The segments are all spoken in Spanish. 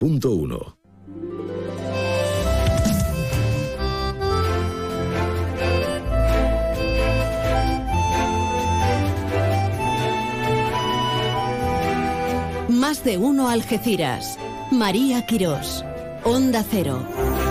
106.1. Más de uno Algeciras. María Quirós. Onda Cero.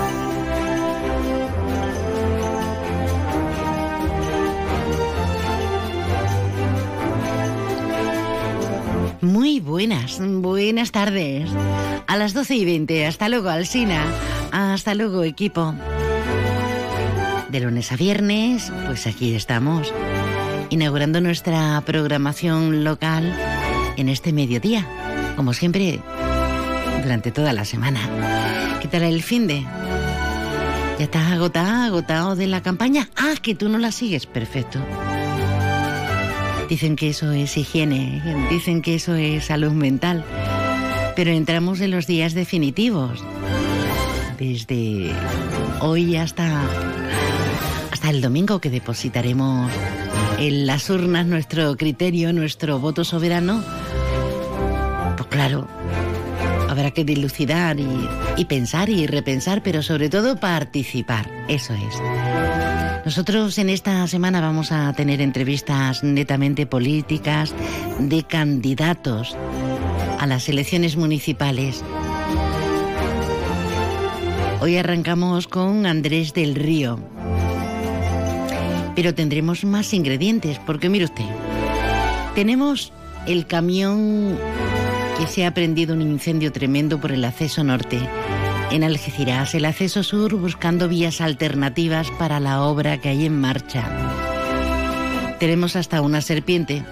Muy buenas tardes. A las 12:20. Hasta luego, Alsina. Hasta luego, equipo. De lunes a viernes, pues aquí estamos, inaugurando nuestra programación local en este mediodía, como siempre, durante toda la semana. ¿Qué tal el finde? ¿Ya estás agotado de la campaña? Ah, que tú no la sigues. Perfecto. Dicen que eso es higiene, dicen que eso es salud mental, pero entramos en los días definitivos. Desde hoy hasta el domingo, que depositaremos en las urnas nuestro criterio, nuestro voto soberano. Pues claro, habrá que dilucidar y pensar y repensar, pero sobre todo participar. Eso es. Nosotros en esta semana vamos a tener entrevistas netamente políticas de candidatos a las elecciones municipales. Hoy arrancamos con Andrés del Río, pero tendremos más ingredientes, porque mire usted, tenemos el camión que se ha prendido un incendio tremendo por el acceso norte en Algeciras, el acceso sur, buscando vías alternativas para la obra que hay en marcha. Tenemos hasta una serpiente.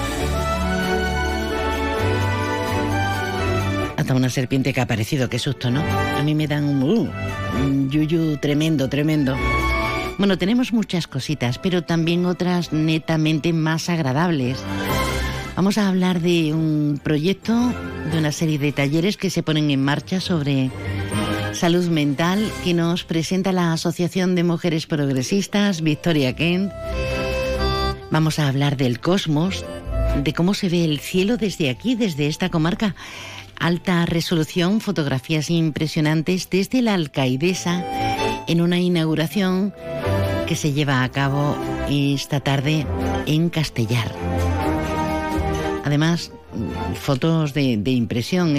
Hasta una serpiente que ha aparecido, qué susto, ¿no? A mí me dan un yuyu tremendo. Bueno, tenemos muchas cositas, pero también otras netamente más agradables. Vamos a hablar de un proyecto, de una serie de talleres que se ponen en marcha sobre salud mental, que nos presenta la Asociación de Mujeres Progresistas, Victoria Kent. Vamos a hablar del cosmos, de cómo se ve el cielo desde aquí, desde esta comarca. Alta resolución, fotografías impresionantes desde la Alcaidesa, en una inauguración que se lleva a cabo esta tarde en Castellar. Además, fotos de impresión,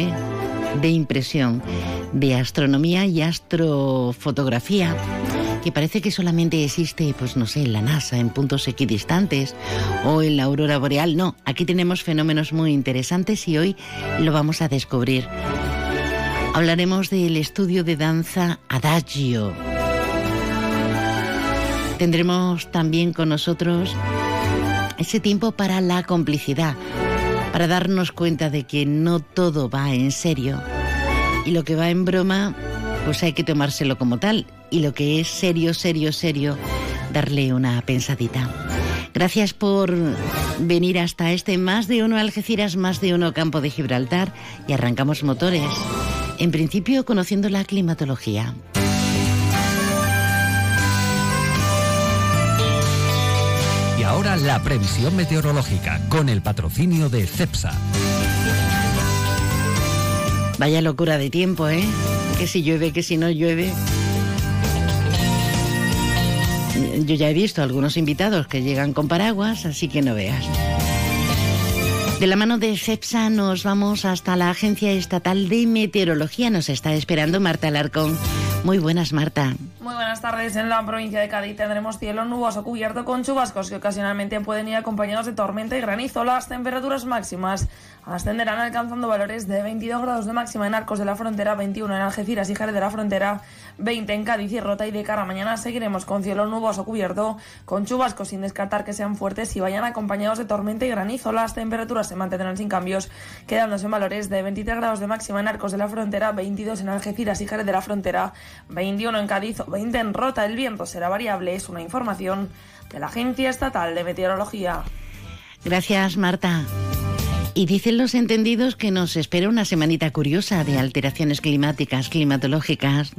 de astronomía y astrofotografía, que parece que solamente existe, pues no sé, en la NASA, en puntos equidistantes o en la aurora boreal. No, aquí tenemos fenómenos muy interesantes y hoy lo vamos a descubrir. Hablaremos del estudio de danza Adagio. Tendremos también con nosotros ese tiempo para la complicidad, para darnos cuenta de que no todo va en serio y lo que va en broma, pues hay que tomárselo como tal, y lo que es serio, darle una pensadita. Gracias por venir hasta este Más de Uno Algeciras, Más de Uno Campo de Gibraltar, y arrancamos motores. En principio, conociendo la climatología. Y ahora la previsión meteorológica, con el patrocinio de Cepsa. Vaya locura de tiempo, ¿eh? Que si llueve, que si no llueve. Yo ya he visto algunos invitados que llegan con paraguas, así que no veas. De la mano de Cepsa nos vamos hasta la Agencia Estatal de Meteorología. Nos está esperando Marta Alarcón. Muy buenas, Marta. Muy buenas tardes. En la provincia de Cádiz tendremos cielo nuboso cubierto con chubascos que ocasionalmente pueden ir acompañados de tormenta y granizo. Las temperaturas máximas ascenderán alcanzando valores de 22 grados de máxima en Arcos de la Frontera, 21 en Algeciras y Jerez de la Frontera, 20 en Cádiz y Rota, y de cara a mañana seguiremos con cielo nuboso cubierto con chubascos sin descartar que sean fuertes y vayan acompañados de tormenta y granizo. Las temperaturas se mantendrán sin cambios, quedándose en valores de 23 grados de máxima en Arcos de la Frontera, 22 en Algeciras y Jerez de la Frontera, 21 en Cádiz, 20 en Rota. El viento será variable, es una información de la Agencia Estatal de Meteorología. Gracias, Marta. Y dicen los entendidos que nos espera una semanita curiosa de alteraciones climatológicas.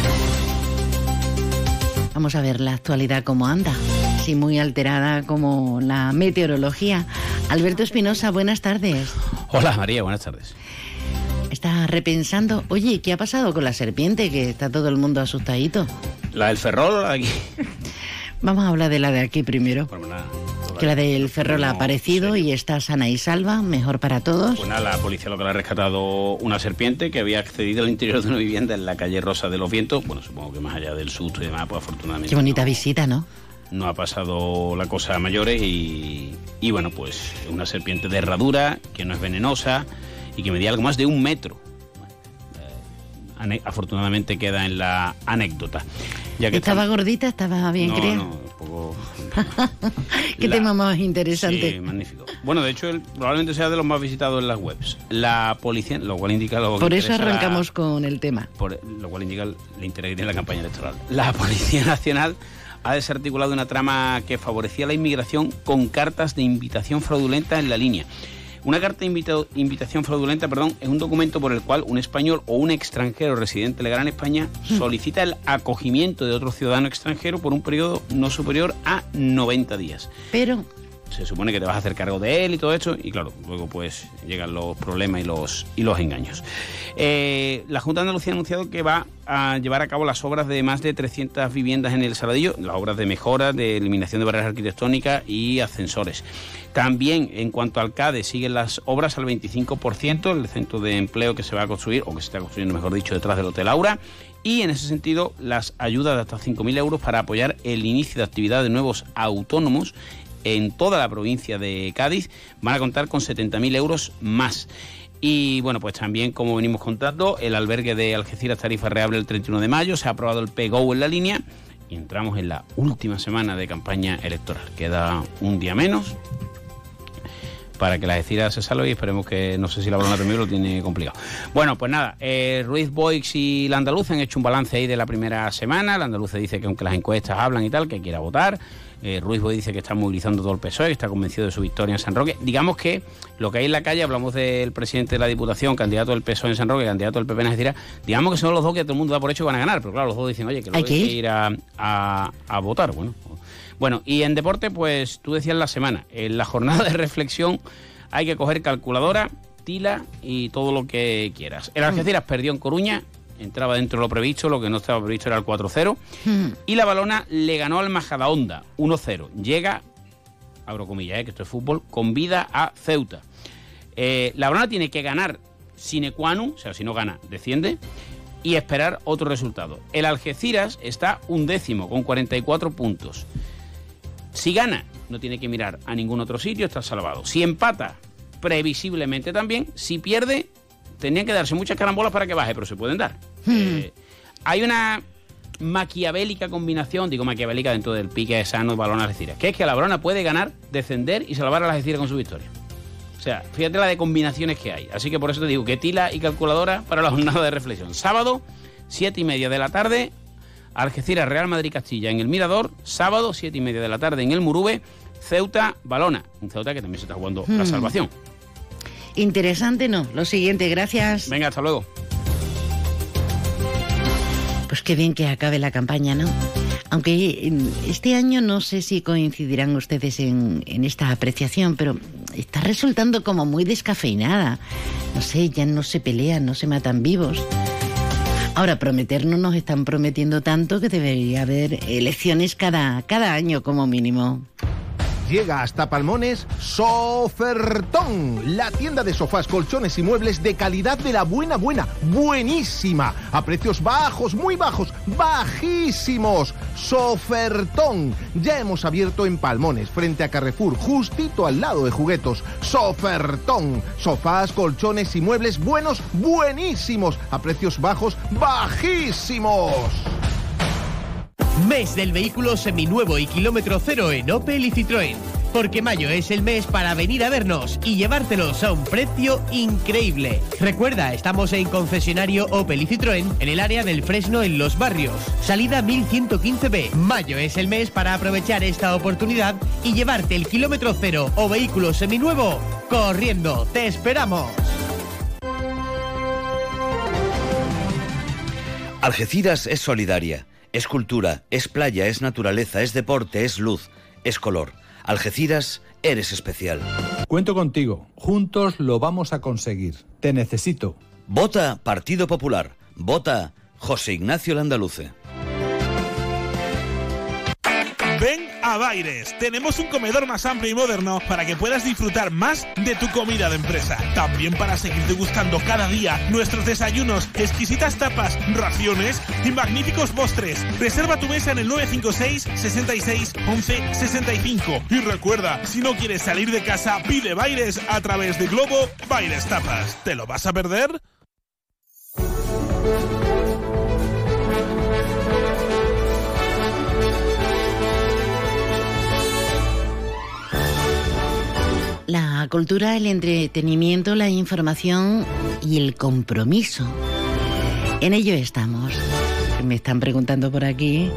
Vamos a ver la actualidad cómo anda. Sí, muy alterada como la meteorología. Alberto Espinosa, buenas tardes. Hola María, buenas tardes. Estás repensando, oye, ¿qué ha pasado con la serpiente? Que está todo el mundo asustadito. ¿La del Ferrol o la de aquí? Vamos a hablar de la de aquí primero. Bueno, nada, que la del Ferrol ha aparecido y está sana y salva, mejor para todos. Pues nada, la policía local ha rescatado una serpiente que había accedido al interior de una vivienda en la calle Rosa de los Vientos. Bueno, supongo que más allá del susto y demás, pues afortunadamente... Qué bonita visita, ¿no? No ha pasado la cosa a mayores y bueno, pues una serpiente de herradura, que no es venenosa y que medía algo más de 1 metro. Afortunadamente queda en la anécdota. Ya que ¿Estaba gordita? ¿Estaba bien criada? No, un poco... Qué tema más interesante. Sí, magnífico. Bueno, de hecho, probablemente sea de los más visitados en las webs. La policía, lo cual indica... Por eso arrancamos con el tema. Lo cual indica el interés que tiene la campaña electoral. La Policía Nacional ha desarticulado una trama que favorecía la inmigración con cartas de invitación fraudulenta en la línea. Una carta de invitación fraudulenta, es un documento por el cual un español o un extranjero residente legal en España solicita el acogimiento de otro ciudadano extranjero por un periodo no superior a 90 días. Pero... se supone que te vas a hacer cargo de él y todo eso, y claro, luego pues llegan los problemas y los engaños. La Junta de Andalucía ha anunciado que va a llevar a cabo las obras de más de 300 viviendas en el Saladillo, las obras de mejora, de eliminación de barreras arquitectónicas y ascensores. También, en cuanto al CADE, siguen las obras al 25%, el centro de empleo que se va a construir, o que se está construyendo, mejor dicho, detrás del Hotel Aura. Y en ese sentido, las ayudas de hasta 5.000 euros para apoyar el inicio de actividad de nuevos autónomos en toda la provincia de Cádiz van a contar con 70.000 euros más. Y bueno, pues también, como venimos contando, el albergue de Algeciras tarifa reable el 31 de mayo, se ha aprobado el PGO en la línea y entramos en la última semana de campaña electoral. Queda un día menos para que la Algeciras se salve y esperemos que, no sé si la Balona también lo tiene complicado. Bueno, pues nada, Ruiz Boix y la Andaluza han hecho un balance ahí de la primera semana. La Andaluza dice que aunque las encuestas hablan y tal, que quiera votar. Ruiz Boix dice que está movilizando todo el PSOE, que está convencido de su victoria en San Roque. Digamos que lo que hay en la calle, hablamos del presidente de la Diputación, candidato del PSOE en San Roque, candidato del PP en Algeciras, digamos que son los dos que todo el mundo da por hecho que van a ganar, pero claro, los dos dicen, oye, que luego hay que ir a votar. Bueno, y en deporte, pues tú decías la semana, en la jornada de reflexión hay que coger calculadora, tila y todo lo que quieras. El Algeciras perdió en Coruña, entraba dentro de lo previsto, lo que no estaba previsto era el 4-0, y la Balona le ganó al Majadahonda 1-0. Llega, abro comillas, que esto es fútbol, con vida a Ceuta. La Balona tiene que ganar sine qua non, o sea, si no gana, desciende, y esperar otro resultado. El Algeciras está 11º con 44 puntos. Si gana, no tiene que mirar a ningún otro sitio, está salvado. Si empata, previsiblemente también. Si pierde, tendrían que darse muchas carambolas para que baje, pero se pueden dar. Hay una maquiavélica combinación, digo maquiavélica dentro del pique sano Balona Algeciras, que es que la Balona puede ganar, descender y salvar a la Algeciras con su victoria. O sea, fíjate la de combinaciones que hay. Así que por eso te digo que tila y calculadora para la jornada de reflexión. Sábado, 7:30 de la tarde, Algeciras, Real Madrid, Castilla en el Mirador. Sábado, 7:30 de la tarde en el Murube, Ceuta, Balona. Un Ceuta que también se está jugando la salvación. Interesante, ¿no? Lo siguiente, gracias. Venga, hasta luego. Pues qué bien que acabe la campaña, ¿no? Aunque este año no sé si coincidirán ustedes en esta apreciación, pero está resultando como muy descafeinada. No sé, ya no se pelean, no se matan vivos. Ahora, prometer no nos están prometiendo tanto que debería haber elecciones cada año como mínimo. Llega hasta Palmones Sofertón, la tienda de sofás, colchones y muebles de calidad de la buenísima, a precios bajos, muy bajos, bajísimos. Sofertón, ya hemos abierto en Palmones, frente a Carrefour, justito al lado de Juguetos. Sofertón, sofás, colchones y muebles buenos, buenísimos, a precios bajos, bajísimos. Mes del vehículo seminuevo y kilómetro cero en Opel y Citroën. Porque mayo es el mes para venir a vernos y llevártelos a un precio increíble. Recuerda, estamos en concesionario Opel y Citroën en el área del Fresno en Los Barrios. Salida 1115B. Mayo es el mes para aprovechar esta oportunidad y llevarte el kilómetro cero o vehículo seminuevo corriendo. ¡Te esperamos! Algeciras es solidaria. Es cultura, es playa, es naturaleza, es deporte, es luz, es color. Algeciras, eres especial. Cuento contigo. Juntos lo vamos a conseguir. Te necesito. Vota Partido Popular. Vota José Ignacio Landaluce. Ven a Baires. Tenemos un comedor más amplio y moderno para que puedas disfrutar más de tu comida de empresa. También para seguir degustando cada día nuestros desayunos, exquisitas tapas, raciones y magníficos postres. Reserva tu mesa en el 956 66 11 65. Y recuerda, si no quieres salir de casa, pide Baires a través de Globo Baires Tapas. ¿Te lo vas a perder? La cultura, el entretenimiento, la información y el compromiso. En ello estamos. Me están preguntando por aquí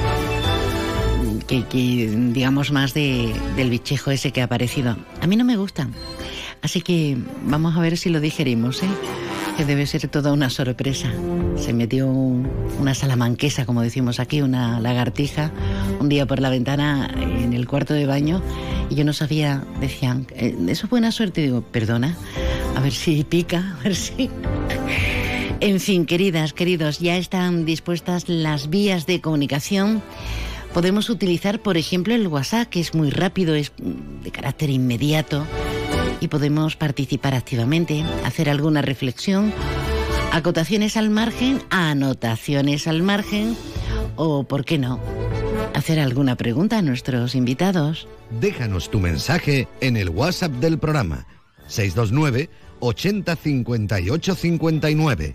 que digamos más del bichejo ese que ha aparecido. A mí no me gustan. Así que vamos a ver si lo digerimos, ¿eh? Que debe ser toda una sorpresa. Se metió una salamanquesa, como decimos aquí, una lagartija, un día por la ventana en el cuarto de baño y yo no sabía, decían, eso es buena suerte. Y digo, perdona, a ver si pica, a ver si... En fin, queridas, queridos, ya están dispuestas las vías de comunicación. Podemos utilizar, por ejemplo, el WhatsApp, que es muy rápido, es de carácter inmediato, y podemos participar activamente, hacer alguna reflexión, acotaciones al margen, anotaciones al margen, o, ¿por qué no?, hacer alguna pregunta a nuestros invitados. Déjanos tu mensaje en el WhatsApp del programa, 629 80 58 59.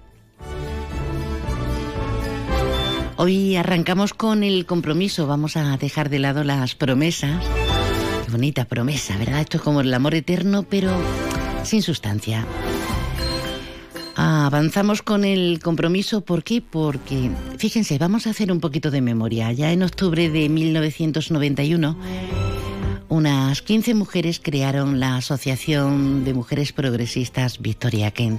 Hoy arrancamos con el compromiso, vamos a dejar de lado las promesas. Qué bonita promesa, ¿verdad? Esto es como el amor eterno, pero sin sustancia. Avanzamos con el compromiso, ¿por qué? Porque, fíjense, vamos a hacer un poquito de memoria. Ya en octubre de 1991, unas 15 mujeres crearon la Asociación de Mujeres Progresistas Victoria Kent.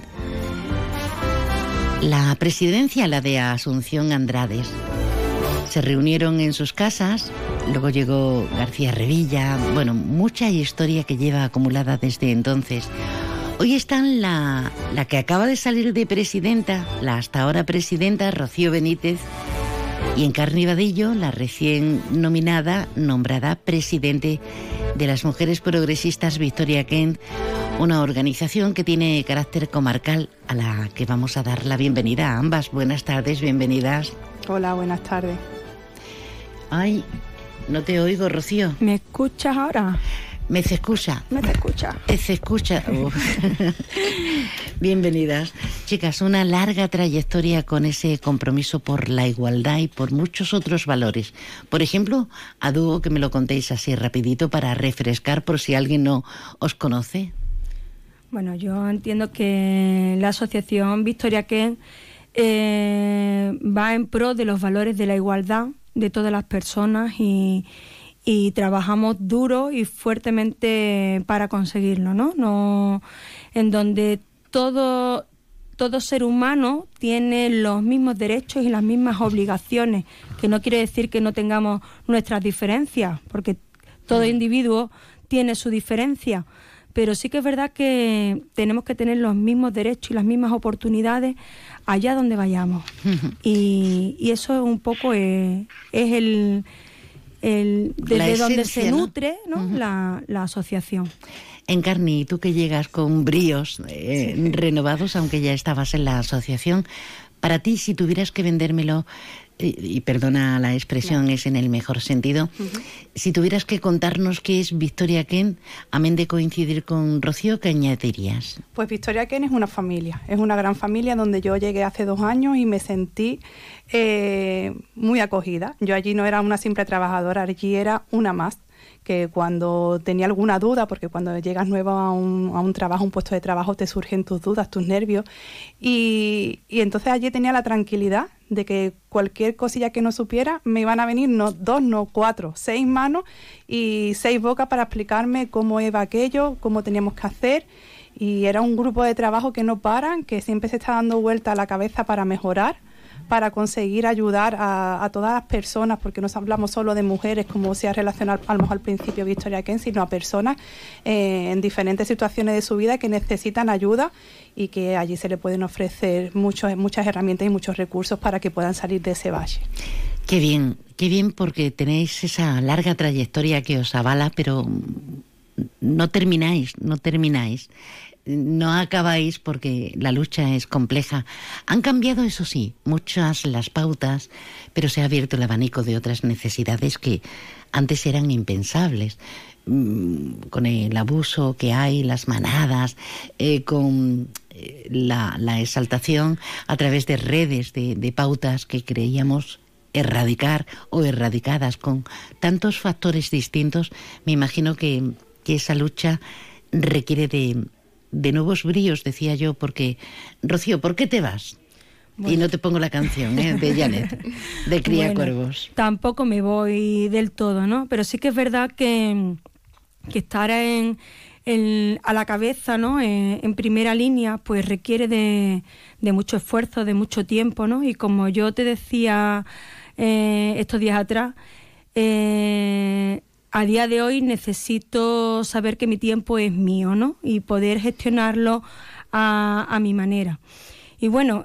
La presidencia, la de Asunción Andrades. Se reunieron en sus casas, luego llegó García Revilla, bueno, mucha historia que lleva acumulada desde entonces. Hoy están la que acaba de salir de presidenta, la hasta ahora presidenta, Rocío Benítez, y Encarni Vadillo, la recién nombrada presidente de las Mujeres Progresistas Victoria Kent, una organización que tiene carácter comarcal a la que vamos a dar la bienvenida a ambas. Buenas tardes, bienvenidas. Hola, buenas tardes. Ay, no te oigo, Rocío. ¿Me escuchas ahora? Me se escucha. Me se escucha. Se escucha. Bienvenidas. Chicas, una larga trayectoria con ese compromiso por la igualdad y por muchos otros valores. Por ejemplo, a dúo, que me lo contéis así rapidito para refrescar por si alguien no os conoce. Bueno, yo entiendo que la asociación Victoria Kent va en pro de los valores de la igualdad de todas las personas y trabajamos duro y fuertemente para conseguirlo, ¿no? En donde todo ser humano tiene los mismos derechos y las mismas obligaciones, que no quiere decir que no tengamos nuestras diferencias, porque todo individuo tiene su diferencia, pero sí que es verdad que tenemos que tener los mismos derechos y las mismas oportunidades allá donde vayamos. Y eso es un poco desde donde se nutre, ¿no? La asociación. Encarni, tú que llegas con bríos renovados, aunque ya estabas en la asociación, para ti, si tuvieras que vendérmelo, y perdona la expresión, claro, es en el mejor sentido, si tuvieras que contarnos qué es Victoria Kent, amén de coincidir con Rocío, ¿qué añadirías? Pues Victoria Kent es una familia, es una gran familia donde yo llegué hace 2 años y me sentí muy acogida. Yo allí no era una simple trabajadora, allí era una más, que cuando tenía alguna duda, porque cuando llegas nuevo a un trabajo, un puesto de trabajo, te surgen tus dudas, tus nervios, y entonces allí tenía la tranquilidad de que cualquier cosilla que no supiera, me iban a venir no 2, no 4, 6 manos y 6 bocas para explicarme cómo iba aquello, cómo teníamos que hacer, y era un grupo de trabajo que no paran, que siempre se está dando vuelta a la cabeza para mejorar, para conseguir ayudar a todas las personas, porque no hablamos solo de mujeres, como se ha relacionado a lo mejor al principio Victoria Kent, sino a personas en diferentes situaciones de su vida que necesitan ayuda y que allí se le pueden ofrecer muchas herramientas y muchos recursos para que puedan salir de ese valle. Qué bien, porque tenéis esa larga trayectoria que os avala, pero no termináis, no acabáis porque la lucha es compleja. Han cambiado, eso sí, muchas las pautas, pero se ha abierto el abanico de otras necesidades que antes eran impensables. Con el abuso que hay, las manadas, con la exaltación a través de redes de pautas que creíamos erradicar o erradicadas con tantos factores distintos. Me imagino que esa lucha requiere de nuevos bríos, decía yo, porque, Rocío, ¿por qué te vas? Bueno. Y no te pongo la canción de Janet, de Cría Cuervos. Tampoco me voy del todo, ¿no? Pero sí que es verdad que estar a la cabeza, ¿no? En primera línea, pues requiere de mucho esfuerzo, de mucho tiempo, ¿no? Y como yo te decía estos días atrás, a día de hoy necesito saber que mi tiempo es mío, ¿no? Y poder gestionarlo a mi manera. Y bueno,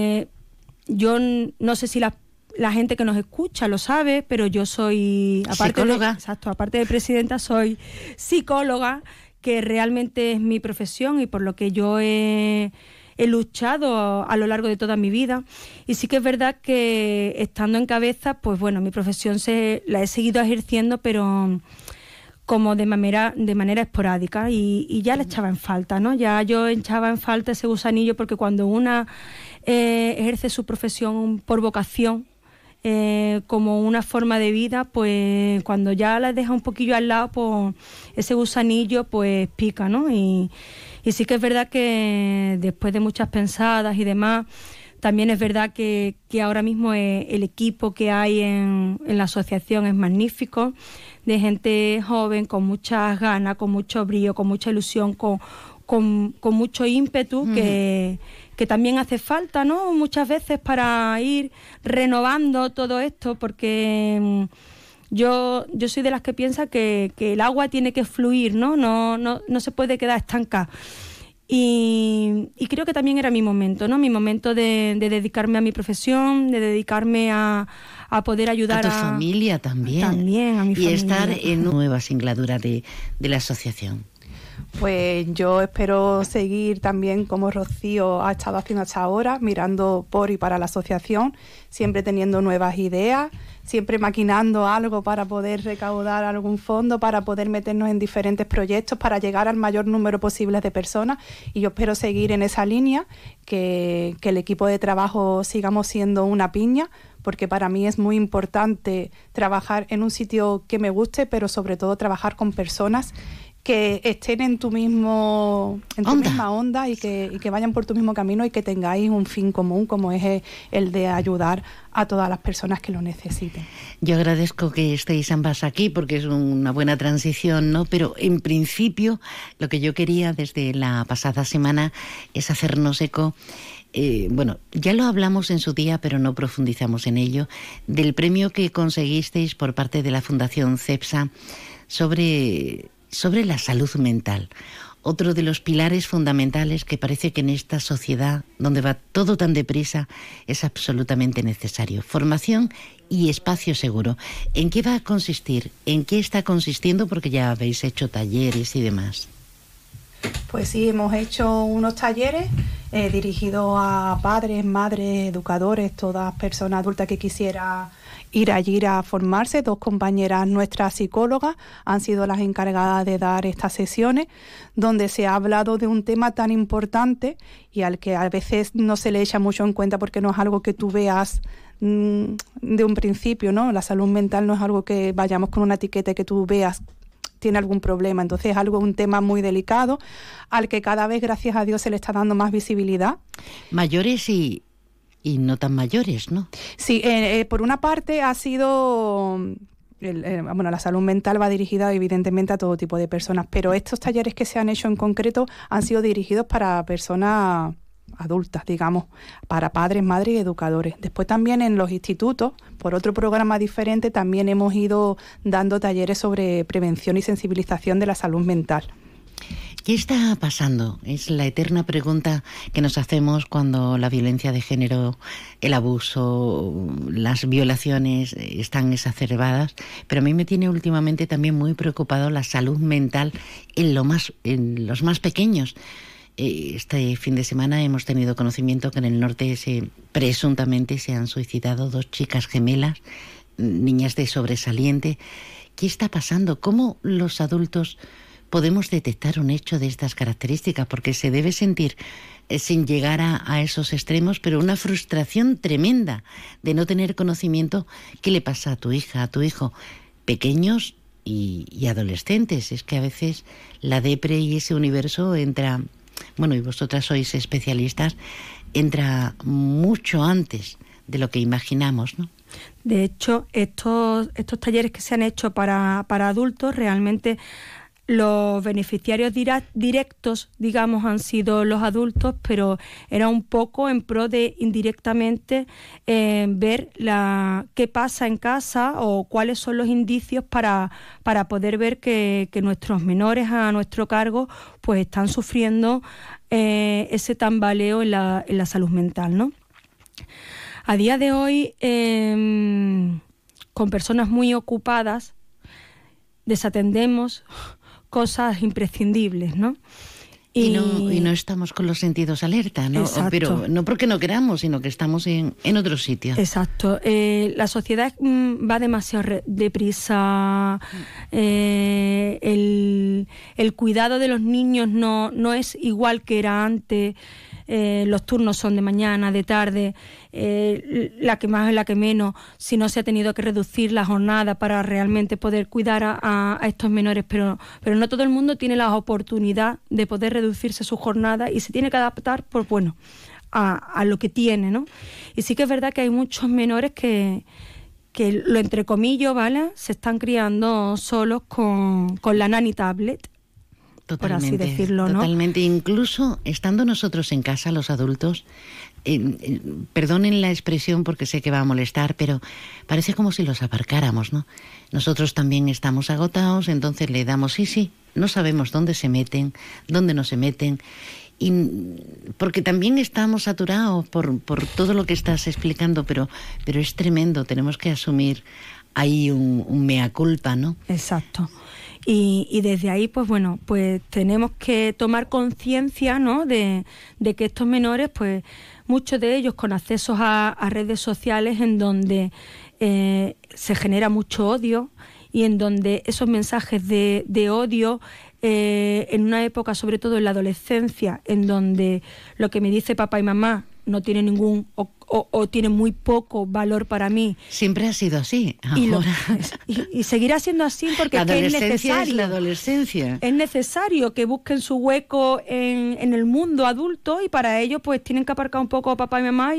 yo no sé si la gente que nos escucha lo sabe, pero yo soy, aparte de presidenta, soy psicóloga, que realmente es mi profesión y por lo que yo he luchado a lo largo de toda mi vida. Y sí que es verdad que estando en cabeza, pues bueno, mi profesión la he seguido ejerciendo, pero como de manera esporádica y ya la echaba en falta, ¿no? Ya yo echaba en falta ese gusanillo, porque cuando una ejerce su profesión por vocación, como una forma de vida, pues cuando ya la deja un poquillo al lado, pues ese gusanillo pues pica, ¿no? Y sí que es verdad que después de muchas pensadas y demás, también es verdad que ahora mismo el equipo que hay en la asociación es magnífico, de gente joven, con muchas ganas, con mucho brío, con mucha ilusión, con mucho ímpetu, que también hace falta, ¿no? Muchas veces para ir renovando todo esto, porque yo soy de las que piensa que el agua tiene que fluir, ¿no? No se puede quedar estancada. Y creo que también era mi momento, ¿no? Mi momento de dedicarme a mi profesión, de dedicarme a poder ayudar a tu familia también. También a mi familia. Y estar en nueva singladura de la asociación. Pues yo espero seguir también como Rocío ha estado haciendo hasta ahora, mirando por y para la asociación, siempre teniendo nuevas ideas, siempre maquinando algo para poder recaudar algún fondo, para poder meternos en diferentes proyectos, para llegar al mayor número posible de personas. Y yo espero seguir en esa línea, que el equipo de trabajo sigamos siendo una piña, porque para mí es muy importante trabajar en un sitio que me guste, pero sobre todo trabajar con personas que estén en tu misma onda y que vayan por tu mismo camino y que tengáis un fin común, como es el de ayudar a todas las personas que lo necesiten. Yo agradezco que estéis ambas aquí porque es una buena transición, ¿no? Pero en principio lo que yo quería desde la pasada semana es hacernos eco. Bueno, ya lo hablamos en su día, pero no profundizamos en ello, del premio que conseguisteis por parte de la Fundación CEPSA sobre la salud mental. Otro de los pilares fundamentales que parece que en esta sociedad, donde va todo tan deprisa, es absolutamente necesario. Formación y espacio seguro. ¿En qué va a consistir? ¿En qué está consistiendo? Porque ya habéis hecho talleres y demás. Pues sí, hemos hecho unos talleres dirigidos a padres, madres, educadores, todas personas adultas que quisieran ir allí a formarse. 2 compañeras nuestras psicólogas han sido las encargadas de dar estas sesiones, donde se ha hablado de un tema tan importante y al que a veces no se le echa mucho en cuenta porque no es algo que tú veas de un principio, ¿no? La salud mental no es algo que vayamos con una etiqueta que tú veas tiene algún problema. Entonces es un tema muy delicado al que cada vez, gracias a Dios, se le está dando más visibilidad. Mayores y no tan mayores, ¿no? Sí, por una parte ha sido... la salud mental va dirigida evidentemente a todo tipo de personas, pero estos talleres que se han hecho en concreto han sido dirigidos para personas adultas, digamos, para padres, madres y educadores. Después también en los institutos, por otro programa diferente, también hemos ido dando talleres sobre prevención y sensibilización de la salud mental. ¿Qué está pasando? Es la eterna pregunta que nos hacemos cuando la violencia de género, el abuso, las violaciones están exacerbadas, pero a mí me tiene últimamente también muy preocupado la salud mental en los más pequeños. Este fin de semana hemos tenido conocimiento que en el norte presuntamente se han suicidado 2 chicas gemelas, niñas de sobresaliente. ¿Qué está pasando? ¿Cómo los adultos podemos detectar un hecho de estas características? Porque se debe sentir, sin llegar a esos extremos, pero una frustración tremenda de no tener conocimiento. ¿Qué le pasa a tu hija, a tu hijo? Pequeños y adolescentes. Es que a veces la depre y ese universo entra, bueno, y vosotras sois especialistas, entra mucho antes de lo que imaginamos, ¿no? De hecho, estos talleres que se han hecho para adultos, realmente los beneficiarios directos, digamos, han sido los adultos, pero era un poco en pro de indirectamente ver qué pasa en casa o cuáles son los indicios para poder ver que nuestros menores a nuestro cargo pues están sufriendo ese tambaleo en la salud mental, ¿no? A día de hoy, con personas muy ocupadas, desatendemos cosas imprescindibles, ¿no? Y no estamos con los sentidos alerta, ¿no? Exacto. Pero no porque no queramos, sino que estamos en otro sitio. Exacto. La sociedad va demasiado deprisa. El cuidado de los niños no es igual que era antes. Los turnos son de mañana, de tarde, la que más, la que menos. Si no, se ha tenido que reducir la jornada para realmente poder cuidar a estos menores, pero no todo el mundo tiene la oportunidad de poder reducirse su jornada y se tiene que adaptar, pues bueno, a lo que tiene, ¿no? Y sí que es verdad que hay muchos menores que lo entrecomillo, ¿vale?, se están criando solos con la nani tablet. Totalmente, por así decirlo, ¿no? Totalmente. Incluso estando nosotros en casa, los adultos, perdonen la expresión porque sé que va a molestar, pero parece como si los aparcáramos, ¿no? Nosotros también estamos agotados, entonces le damos sí, no sabemos dónde se meten, dónde no se meten, y porque también estamos saturados por todo lo que estás explicando, pero es tremendo, tenemos que asumir ahí un mea culpa, ¿no? Exacto. Y desde ahí, pues bueno, pues tenemos que tomar conciencia, ¿no?, de que estos menores, pues muchos de ellos con accesos a redes sociales en donde se genera mucho odio y en donde esos mensajes de odio, en una época, sobre todo en la adolescencia, en donde lo que me dice papá y mamá no tiene ningún o tiene muy poco valor para mí. Siempre ha sido así. Ahora. Y seguirá siendo así porque la adolescencia es necesario. Es la adolescencia. Es necesario que busquen su hueco en el mundo adulto y para ello pues tienen que aparcar un poco a papá y mamá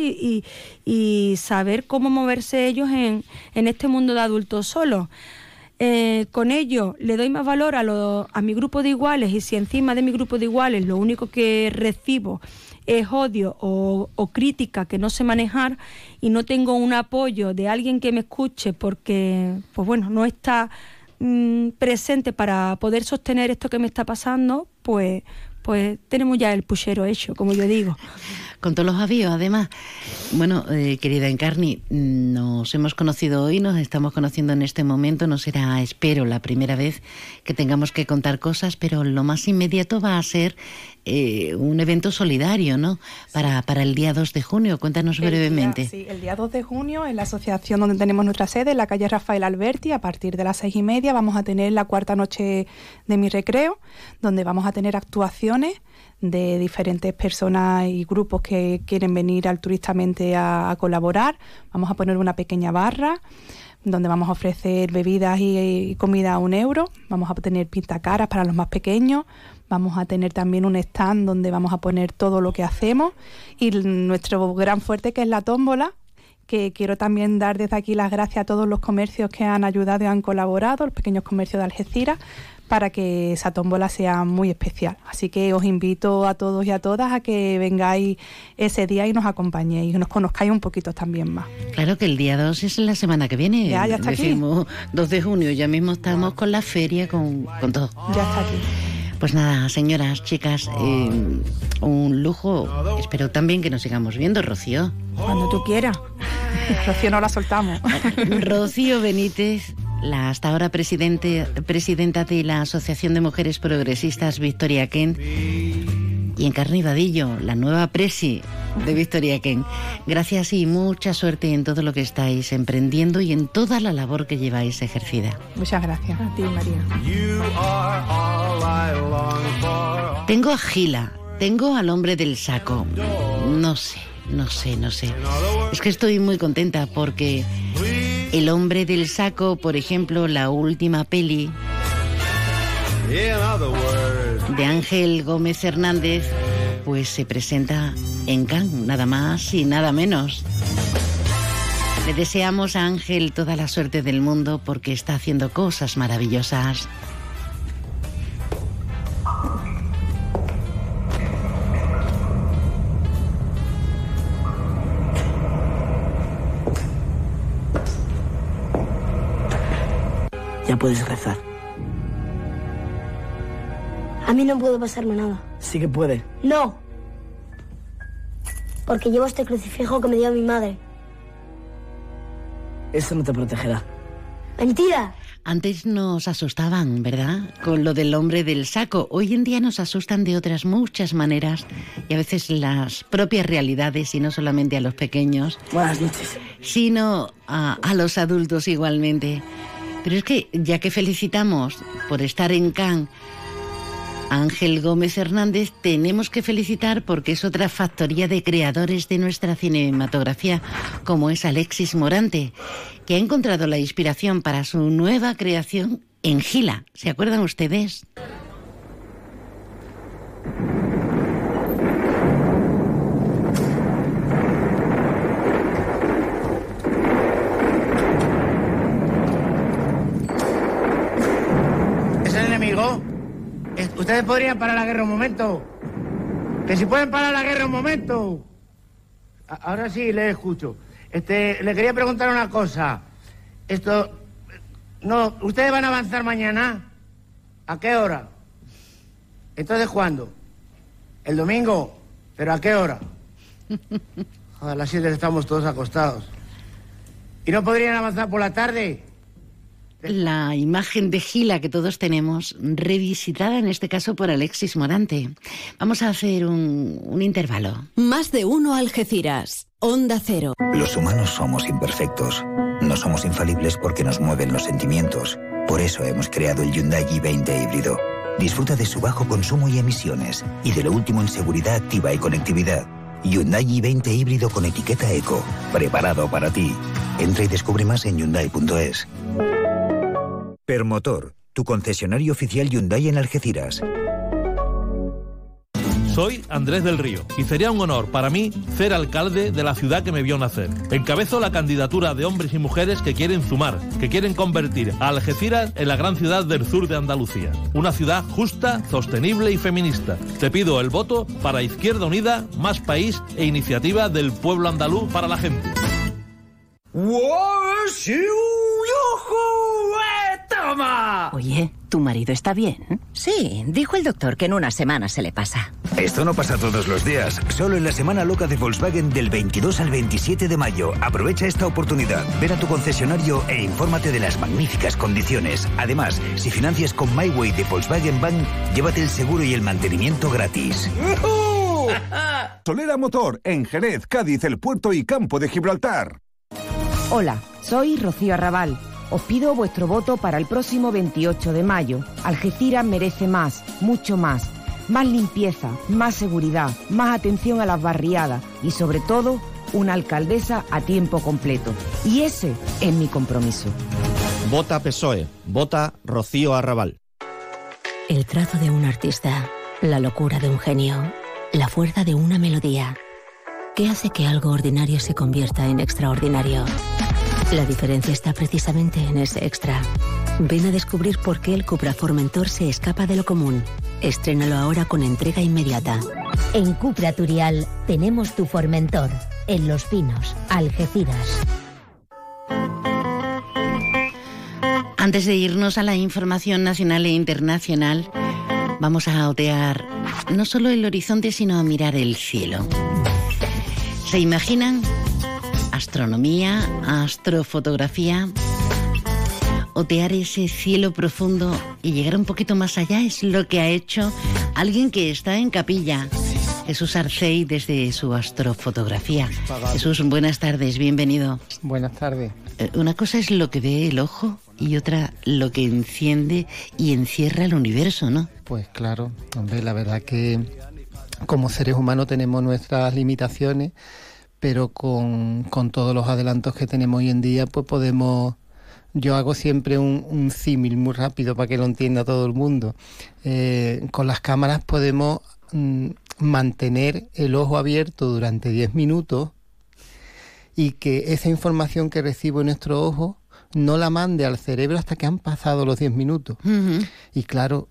y saber cómo moverse ellos en este mundo de adultos solos. Con ello le doy más valor a mi grupo de iguales y si encima de mi grupo de iguales lo único que recibo es odio o crítica que no sé manejar y no tengo un apoyo de alguien que me escuche porque, pues bueno, no está presente para poder sostener esto que me está pasando, pues tenemos ya el puchero hecho, como yo digo. Con todos los avíos, además. Bueno, querida Encarni, nos hemos conocido hoy, nos estamos conociendo en este momento, no será, espero, la primera vez que tengamos que contar cosas, pero lo más inmediato va a ser un evento solidario, ¿no? Para el día 2 de junio, cuéntanos brevemente. El día 2 de junio, en la asociación donde tenemos nuestra sede, en la calle Rafael Alberti, a partir de las 6:30, vamos a tener la cuarta noche de Mi Recreo, donde vamos a tener actuaciones de diferentes personas y grupos que quieren venir altruistamente a colaborar. Vamos a poner una pequeña barra donde vamos a ofrecer bebidas y comida a €1. Vamos a tener pintacaras para los más pequeños. Vamos a tener también un stand donde vamos a poner todo lo que hacemos y nuestro gran fuerte, que es la tómbola, que quiero también dar desde aquí las gracias a todos los comercios que han ayudado y han colaborado, los pequeños comercios de Algeciras, para que esa tómbola sea muy especial. Así que os invito a todos y a todas a que vengáis ese día y nos acompañéis y nos conozcáis un poquito también más. Claro que el día 2 es la semana que viene. Ya está Decimos aquí. 2 de junio, ya mismo estamos con la feria, con todo. Ya está aquí. Pues nada, señoras, chicas, un lujo. Espero también que nos sigamos viendo, Rocío. Cuando tú quieras. Rocío, no la soltamos. Rocío Benítez, la hasta ahora presidenta de la Asociación de Mujeres Progresistas Victoria Kent, y Encarni Vadillo, la nueva presi de Victoria Kent. Gracias y mucha suerte en todo lo que estáis emprendiendo y en toda la labor que lleváis ejercida. Muchas gracias. A ti, María. Tengo a Gila, tengo al hombre del saco. No sé. Es que estoy muy contenta porque el hombre del saco, por ejemplo, la última peli de Ángel Gómez Hernández, pues se presenta en Cannes, nada más y nada menos. Le deseamos a Ángel toda la suerte del mundo porque está haciendo cosas maravillosas. Ya puedes rezar. A mí no puede pasarme nada. Sí que puede. No. Porque llevo este crucifijo que me dio mi madre. Eso no te protegerá. ¡Mentira! Antes nos asustaban, ¿verdad? Con lo del hombre del saco. Hoy en día nos asustan de otras muchas maneras y a veces las propias realidades, y no solamente a los pequeños. Buenas noches. Sino a los adultos igualmente. Pero es que, ya que felicitamos por estar en Cannes a Ángel Gómez Hernández, tenemos que felicitar porque es otra factoría de creadores de nuestra cinematografía, como es Alexis Morante, que ha encontrado la inspiración para su nueva creación en Gila. ¿Se acuerdan ustedes? ¿Es el enemigo? ¿Ustedes podrían parar la guerra un momento? Que si pueden parar la guerra un momento. Ahora sí, le escucho. Le quería preguntar una cosa. No, ¿ustedes van a avanzar mañana? ¿A qué hora? ¿Entonces cuándo? ¿El domingo? ¿Pero a qué hora? A las 7 estamos todos acostados. ¿Y no podrían avanzar por la tarde? La imagen de Gila que todos tenemos, revisitada en este caso por Alexis Morante. Vamos a hacer un intervalo. Más de uno Algeciras, Onda Cero. Los humanos somos imperfectos. No somos infalibles porque nos mueven los sentimientos. Por eso hemos creado el Hyundai i20 híbrido. Disfruta de su bajo consumo y emisiones y de lo último en seguridad activa y conectividad. Hyundai i20 híbrido con etiqueta Eco. Preparado para ti. Entra y descubre más en Hyundai.es. Permotor, tu concesionario oficial Hyundai en Algeciras. Soy Andrés del Río y sería un honor para mí ser alcalde de la ciudad que me vio nacer. Encabezo la candidatura de hombres y mujeres que quieren sumar, que quieren convertir a Algeciras en la gran ciudad del sur de Andalucía. Una ciudad justa, sostenible y feminista. Te pido el voto para Izquierda Unida, Más País e Iniciativa del Pueblo Andaluz para la Gente. ¡Toma! Oye, ¿tu marido está bien? Sí, dijo el doctor que en una semana se le pasa. Esto no pasa todos los días, solo en la semana loca de Volkswagen del 22 al 27 de mayo. Aprovecha esta oportunidad, ven a tu concesionario e infórmate de las magníficas condiciones. Además, si financias con MyWay de Volkswagen Bank, llévate el seguro y el mantenimiento gratis. Solera Motor, en Jerez, Cádiz, El Puerto y Campo de Gibraltar. Hola, soy Rocío Arrabal. Os pido vuestro voto para el próximo 28 de mayo. Algeciras merece más, mucho más. Más limpieza, más seguridad, más atención a las barriadas y sobre todo una alcaldesa a tiempo completo. Y ese es mi compromiso. Vota PSOE, vota Rocío Arrabal. El trazo de un artista, la locura de un genio, la fuerza de una melodía. ¿Qué hace que algo ordinario se convierta en extraordinario? La diferencia está precisamente en ese extra. Ven a descubrir por qué el Cupra Formentor se escapa de lo común. Estrénalo ahora con entrega inmediata. En Cupra Turial tenemos tu Formentor. En Los Pinos, Algeciras. Antes de irnos a la información nacional e internacional, vamos a otear no solo el horizonte, sino a mirar el cielo. ¿Se imaginan? Astronomía, astrofotografía, otear ese cielo profundo y llegar un poquito más allá es lo que ha hecho alguien que está en Capilla, Jesús Arcey, desde su astrofotografía. Jesús, buenas tardes, bienvenido. Buenas tardes. Una cosa es lo que ve el ojo y otra lo que enciende y encierra el universo, ¿no? Pues claro, hombre, la verdad que como seres humanos tenemos nuestras limitaciones, pero con todos los adelantos que tenemos hoy en día, pues podemos... Yo hago siempre un símil muy rápido para que lo entienda todo el mundo. Con las cámaras podemos mantener el ojo abierto durante 10 minutos y que esa información que recibo en nuestro ojo no la mande al cerebro hasta que han pasado los 10 minutos. Uh-huh. Y claro,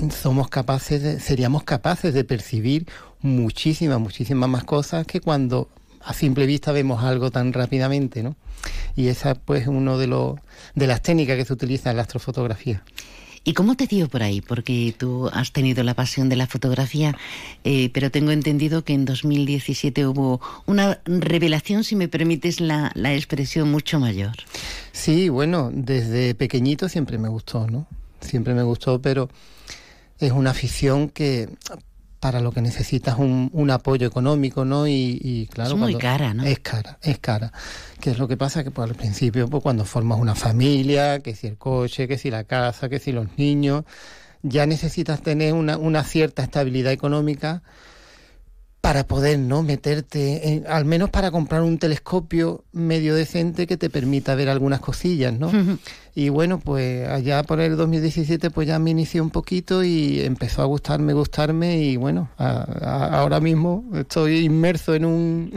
seríamos capaces de percibir muchísimas más cosas que cuando a simple vista vemos algo tan rápidamente, ¿no? Y esa pues uno de las técnicas que se utiliza en la astrofotografía. ¿Y cómo te dio por ahí? Porque tú has tenido la pasión de la fotografía, pero tengo entendido que en 2017 hubo una revelación, si me permites la expresión, mucho mayor. Sí, bueno, desde pequeñito siempre me gustó, ¿no? Siempre me gustó, pero es una afición que... para lo que necesitas un apoyo económico, ¿no? Y claro... Es muy cara, ¿no? Es cara. ¿Qué es lo que pasa? Que pues, al principio, pues, cuando formas una familia, que si el coche, que si la casa, que si los niños, ya necesitas tener una cierta estabilidad económica para poder, ¿no?, meterte, al menos para comprar un telescopio medio decente que te permita ver algunas cosillas, ¿no? Uh-huh. Y bueno, pues allá por el 2017 pues ya me inicié un poquito y empezó a gustarme y bueno, ahora mismo estoy inmerso en un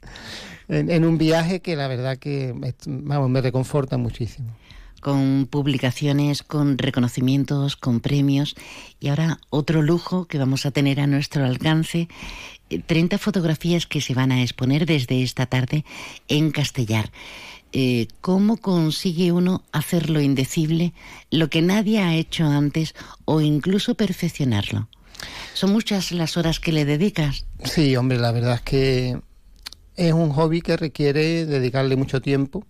viaje que la verdad que me reconforta muchísimo. Con publicaciones, con reconocimientos, con premios y ahora otro lujo que vamos a tener a nuestro alcance, 30 fotografías que se van a exponer desde esta tarde en Castellar. ¿Cómo consigue uno hacer lo indecible, lo que nadie ha hecho antes o incluso perfeccionarlo? ¿Son muchas las horas que le dedicas? Sí, hombre, la verdad es que es un hobby que requiere dedicarle mucho tiempo.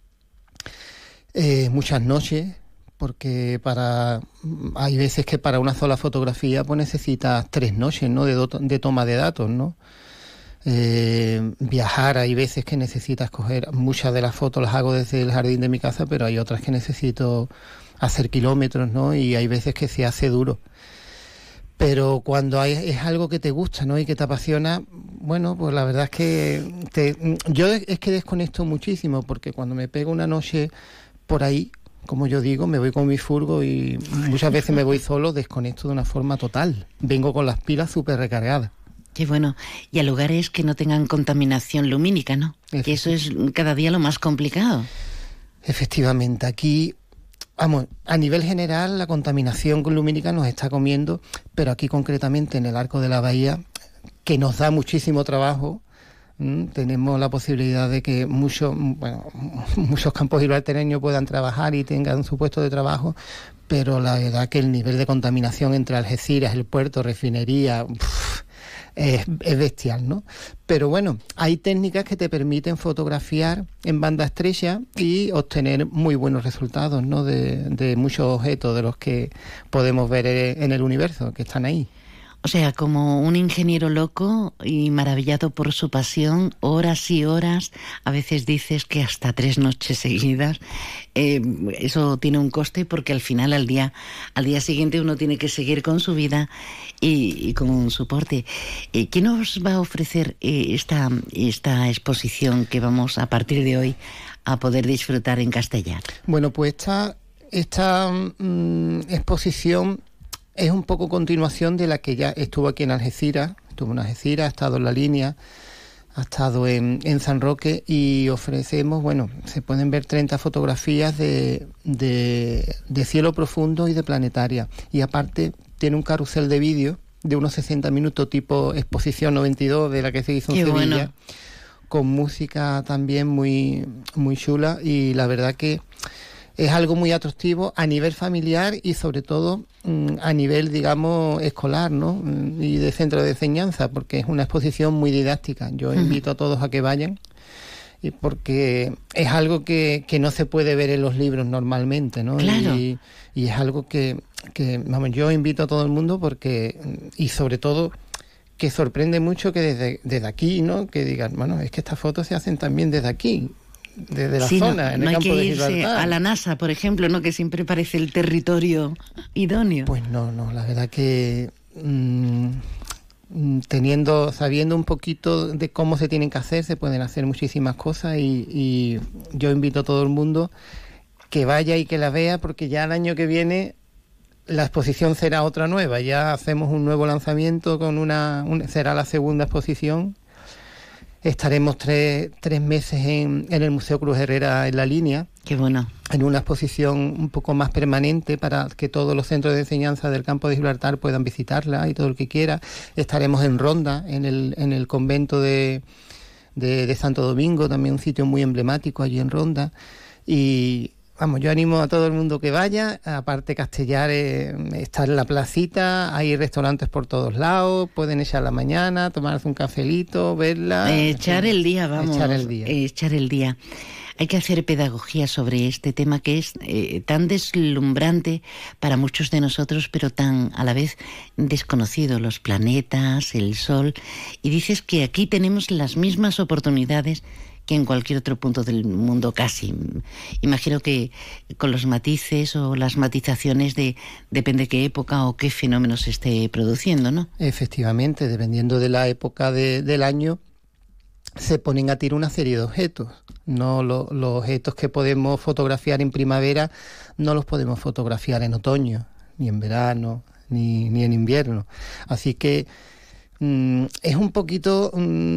Muchas noches, porque hay veces que para una sola fotografía pues necesitas 3 noches, ¿no?, de toma de datos, ¿no? Viajar, hay veces que necesitas coger, muchas de las fotos las hago desde el jardín de mi casa, pero hay otras que necesito hacer kilómetros, ¿no? Y hay veces que se hace duro. Pero cuando es algo que te gusta, ¿no?, y que te apasiona, bueno, pues la verdad es que yo es que desconecto muchísimo, porque cuando me pego una noche por ahí, como yo digo, me voy con mi furgo y muchas veces me voy solo, desconecto de una forma total. Vengo con las pilas súper recargadas. Qué bueno. Y a lugares que no tengan contaminación lumínica, ¿no? Que eso es cada día lo más complicado. Efectivamente. Aquí, vamos, a nivel general la contaminación lumínica nos está comiendo, pero aquí concretamente en el Arco de la Bahía, que nos da muchísimo trabajo, tenemos la posibilidad de que muchos campos gibraltareños puedan trabajar y tengan su puesto de trabajo, pero la verdad que el nivel de contaminación entre Algeciras, el puerto, refinería, es bestial, ¿no? Pero bueno, hay técnicas que te permiten fotografiar en banda estrecha y obtener muy buenos resultados, ¿no?, de muchos objetos de los que podemos ver en el universo, que están ahí. O sea, como un ingeniero loco y maravillado por su pasión, horas y horas, a veces dices que hasta 3 noches seguidas, eso tiene un coste porque al final, al día siguiente uno tiene que seguir con su vida y con un soporte. ¿Qué nos va a ofrecer esta exposición que vamos a partir de hoy a poder disfrutar en Castellar? Bueno, pues esta exposición es un poco continuación de la que ya estuvo aquí en Algeciras. Estuvo en Algeciras, ha estado en La Línea, Ha estado en San Roque y ofrecemos, bueno, se pueden ver 30 fotografías de cielo profundo y de planetaria. Y aparte tiene un carrusel de vídeo de unos 60 minutos tipo Exposición 92 de la que se hizo en Sevilla, bueno, con música también muy, muy chula, y la verdad que es algo muy atractivo a nivel familiar y sobre todo a nivel, digamos, escolar, ¿no? Y de centro de enseñanza, porque es una exposición muy didáctica. Yo invito a todos a que vayan, y porque es algo que no se puede ver en los libros normalmente, ¿no? Claro. Y es algo que vamos, yo invito a todo el mundo porque, y sobre todo, que sorprende mucho que desde aquí, ¿no? Que digan, bueno, es que estas fotos se hacen también desde aquí, desde la zona, en el campo de Gibraltar. No hay que irse a la NASA, por ejemplo, ¿no? Que siempre parece el territorio idóneo. Pues no, la verdad que sabiendo un poquito de cómo se tienen que hacer, se pueden hacer muchísimas cosas, y yo invito a todo el mundo que vaya y que la vea, porque ya el año que viene la exposición será otra nueva, ya hacemos un nuevo lanzamiento será la segunda exposición. Estaremos tres meses en el Museo Cruz Herrera en La Línea. Qué bueno. En una exposición un poco más permanente para que todos los centros de enseñanza del campo de Gibraltar puedan visitarla, y todo el que quiera. Estaremos en Ronda, en el convento de Santo Domingo, también un sitio muy emblemático allí en Ronda. Y vamos, yo animo a todo el mundo que vaya. Aparte, Castellar está en la placita, hay restaurantes por todos lados, pueden echar la mañana, tomarse un cafelito, verla. Echar el día, vamos. Echar el día. Hay que hacer pedagogía sobre este tema que es tan deslumbrante para muchos de nosotros, pero tan a la vez desconocido, los planetas, el Sol. Y dices que aquí tenemos las mismas oportunidades que en cualquier otro punto del mundo casi. Imagino que con los matices o las matizaciones depende qué época o qué fenómeno se esté produciendo, ¿no? Efectivamente, dependiendo de la época del año, se ponen a tiro una serie de objetos. No los objetos que podemos fotografiar en primavera no los podemos fotografiar en otoño, ni en verano, ni en invierno. Así que es un poquito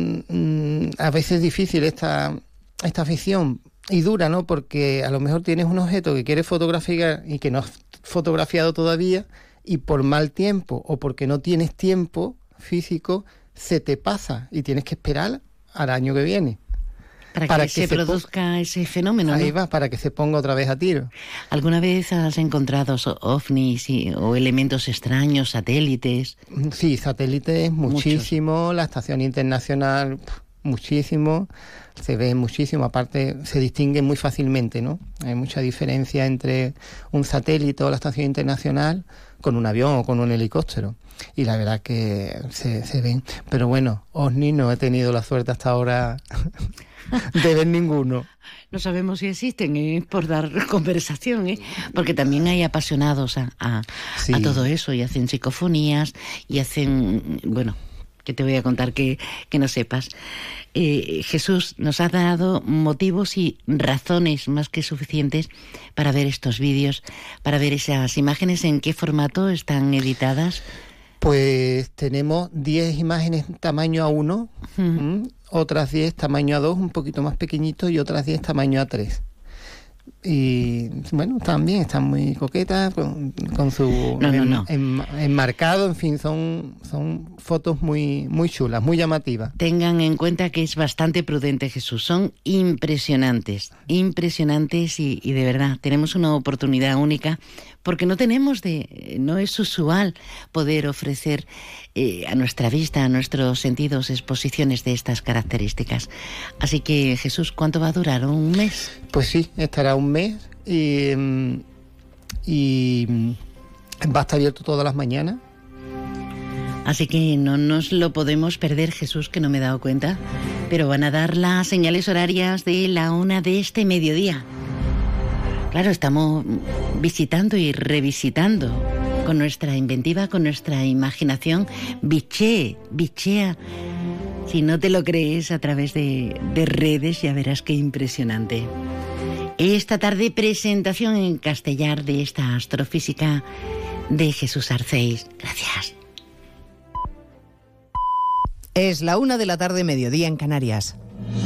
a veces difícil esta afición, y dura, ¿no? Porque a lo mejor tienes un objeto que quieres fotografiar y que no has fotografiado todavía, y por mal tiempo o porque no tienes tiempo físico se te pasa y tienes que esperar al año que viene. Para que se produzca ese fenómeno, ahí, ¿no? Va, para que se ponga otra vez a tiro. ¿Alguna vez has encontrado ovnis o elementos extraños, satélites? Sí, satélites muchísimo, la Estación Internacional muchísimo, se ve muchísimo, aparte se distinguen muy fácilmente, ¿no? Hay mucha diferencia entre un satélite o la Estación Internacional con un avión o con un helicóptero, y la verdad que se ven. Pero bueno, ovni no he tenido la suerte hasta ahora de ver ninguno. No sabemos si existen, por dar conversación, porque también hay apasionados a todo eso, y hacen psicofonías y hacen, bueno, que te voy a contar que no sepas. Jesús nos ha dado motivos y razones más que suficientes para ver estos vídeos, para ver esas imágenes. ¿En qué formato están editadas? Pues tenemos 10 imágenes tamaño A1, otras 10 tamaño A2, un poquito más pequeñito, y otras 10 tamaño A3. Y bueno, también están muy coquetas con su enmarcado, en fin, son fotos muy, muy chulas, muy llamativas. Tengan en cuenta que es bastante prudente, Jesús, son impresionantes y de verdad tenemos una oportunidad única, porque no es usual poder ofrecer a nuestra vista, a nuestros sentidos, exposiciones de estas características. Así que, Jesús, ¿cuánto va a durar? ¿Un mes? Pues sí, estará un mes y va a estar abierto todas las mañanas. Así que no nos lo podemos perder, Jesús, que no me he dado cuenta, pero van a dar las señales horarias de la 1 de este mediodía. Claro, estamos visitando y revisitando con nuestra inventiva, con nuestra imaginación. Bichea. Si no te lo crees, a través de redes, ya verás qué impresionante. Esta tarde, presentación en Castellar de esta astrofísica de Jesús Arcéis. Gracias. Es la 1:00 p.m, mediodía en Canarias.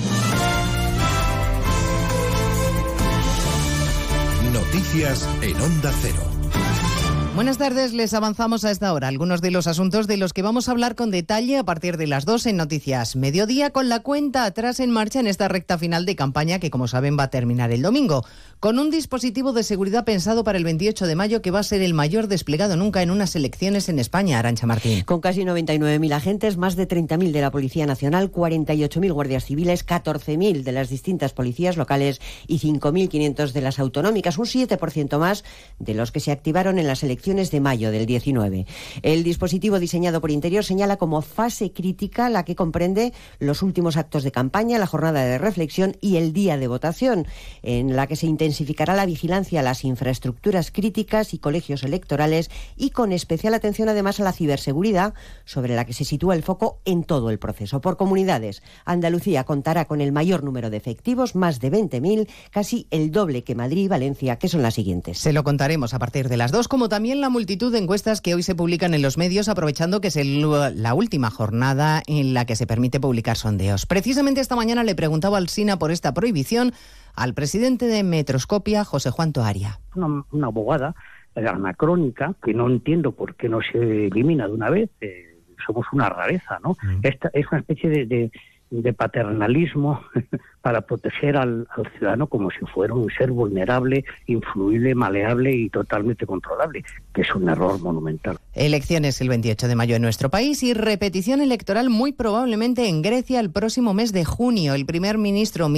Noticias en Onda Cero. Buenas tardes, les avanzamos a esta hora algunos de los asuntos de los que vamos a hablar con detalle a partir de las 2 en Noticias Mediodía, con la cuenta atrás en marcha en esta recta final de campaña que, como saben, va a terminar el domingo, con un dispositivo de seguridad pensado para el 28 de mayo que va a ser el mayor desplegado nunca en unas elecciones en España. Arantxa Martín. Con casi 99.000 agentes, más de 30.000 de la Policía Nacional, 48.000 guardias civiles, 14.000 de las distintas policías locales y 5.500 de las autonómicas, un 7% más de los que se activaron en las elecciones de mayo del 19. El dispositivo diseñado por Interior señala como fase crítica la que comprende los últimos actos de campaña, la jornada de reflexión y el día de votación, en la que se intensificará la vigilancia a las infraestructuras críticas y colegios electorales, y con especial atención además a la ciberseguridad, sobre la que se sitúa el foco en todo el proceso. Por comunidades, Andalucía contará con el mayor número de efectivos, más de 20.000, casi el doble que Madrid y Valencia, que son las siguientes. Se lo contaremos a partir de las 2, como también la multitud de encuestas que hoy se publican en los medios, aprovechando que es la última jornada en la que se permite publicar sondeos. Precisamente esta mañana le preguntaba al SINA por esta prohibición al presidente de Metroscopia, José Juan Toaria. Una abogada anacrónica que no entiendo por qué no se elimina de una vez. Somos una rareza, ¿no? Esta es una especie de paternalismo para proteger al ciudadano como si fuera un ser vulnerable, influible, maleable y totalmente controlable, que es un error monumental. Elecciones el 28 de mayo en nuestro país y repetición electoral muy probablemente en Grecia el próximo mes de junio. El primer ministro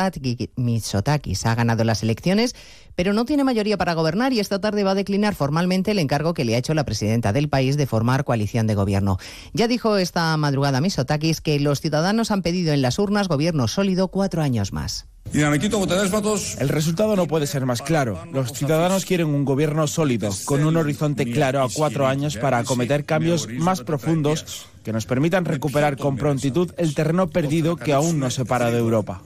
Mitsotakis ha ganado las elecciones, pero no tiene mayoría para gobernar y esta tarde va a declinar formalmente el encargo que le ha hecho la presidenta del país de formar coalición de gobierno. Ya dijo esta madrugada Mitsotakis que los ciudadanos han pedido en las urnas gobierno sólido 4 años más. El resultado no puede ser más claro. Los ciudadanos quieren un gobierno sólido, con un horizonte claro a 4 años para acometer cambios más profundos que nos permitan recuperar con prontitud el terreno perdido que aún nos separa de Europa.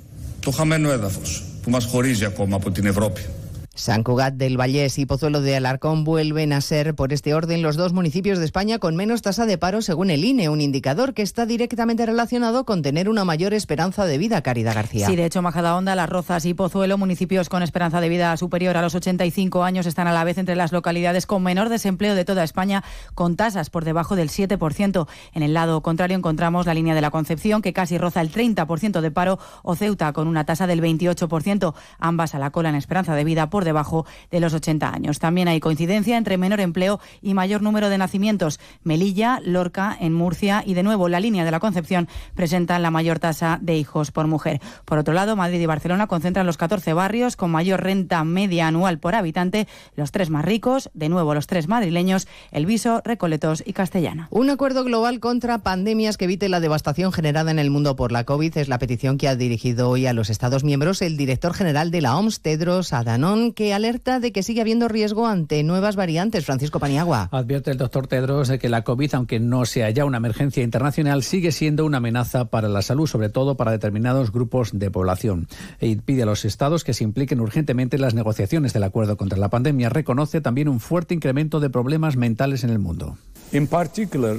San Cugat del Vallés y Pozuelo de Alarcón vuelven a ser, por este orden, los dos municipios de España con menos tasa de paro según el INE, un indicador que está directamente relacionado con tener una mayor esperanza de vida. Caridad García. Sí, de hecho, Majadahonda, Las Rozas y Pozuelo, municipios con esperanza de vida superior a los 85 años, están a la vez entre las localidades con menor desempleo de toda España, con tasas por debajo del 7%. En el lado contrario encontramos la línea de la Concepción, que casi roza el 30% de paro, o Ceuta, con una tasa del 28%, ambas a la cola en esperanza de vida por debajo de los 80 años. También hay coincidencia entre menor empleo y mayor número de nacimientos. Melilla, Lorca, en Murcia y, de nuevo, la línea de la Concepción presentan la mayor tasa de hijos por mujer. Por otro lado, Madrid y Barcelona concentran los 14 barrios con mayor renta media anual por habitante, los 3 más ricos, de nuevo los 3 madrileños, El Viso, Recoletos y Castellana. Un acuerdo global contra pandemias que evite la devastación generada en el mundo por la COVID es la petición que ha dirigido hoy a los Estados miembros el director general de la OMS, Tedros Adhanom, que alerta de que sigue habiendo riesgo ante nuevas variantes. Francisco Paniagua. Advierte el doctor Tedros de que la COVID, aunque no sea ya una emergencia internacional, sigue siendo una amenaza para la salud, sobre todo para determinados grupos de población. Y pide a los estados que se impliquen urgentemente en las negociaciones del acuerdo contra la pandemia. Reconoce también un fuerte incremento de problemas mentales en el mundo. En particular,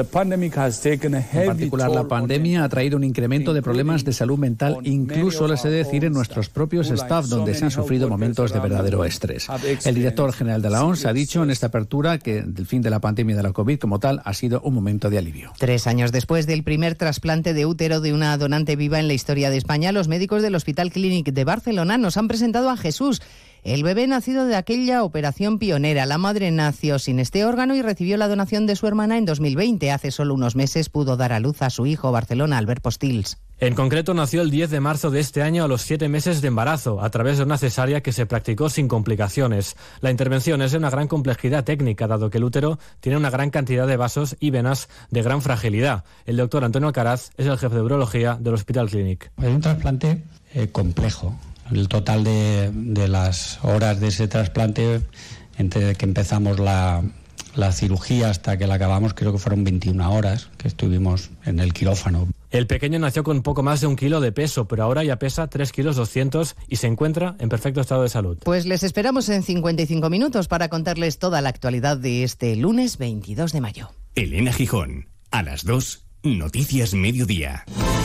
la pandemia ha traído un incremento de problemas de salud mental, incluso les he de decir en nuestros propios staff, donde se han sufrido momentos de verdadero estrés. El director general de la OMS ha dicho en esta apertura que el fin de la pandemia de la COVID como tal ha sido un momento de alivio. 3 años después del primer trasplante de útero de una donante viva en la historia de España, los médicos del Hospital Clínic de Barcelona nos han presentado a Jesús, el bebé nacido de aquella operación pionera. La madre nació sin este órgano y recibió la donación de su hermana en 2020. Hace solo unos meses pudo dar a luz a su hijo, Barcelona, Albert Postils. En concreto, nació el 10 de marzo de este año a los 7 meses de embarazo, a través de una cesárea que se practicó sin complicaciones. La intervención es de una gran complejidad técnica, dado que el útero tiene una gran cantidad de vasos y venas de gran fragilidad. El doctor Antonio Alcaraz es el jefe de urología del Hospital Clínic. Es un trasplante complejo. El total de las horas de ese trasplante, entre que empezamos la cirugía hasta que la acabamos, creo que fueron 21 horas que estuvimos en el quirófano. El pequeño nació con poco más de 1 kilo de peso, pero ahora ya pesa 3 kilos 200 y se encuentra en perfecto estado de salud. Pues les esperamos en 55 minutos para contarles toda la actualidad de este lunes 22 de mayo. Elena Gijón, a las 2 Noticias Mediodía.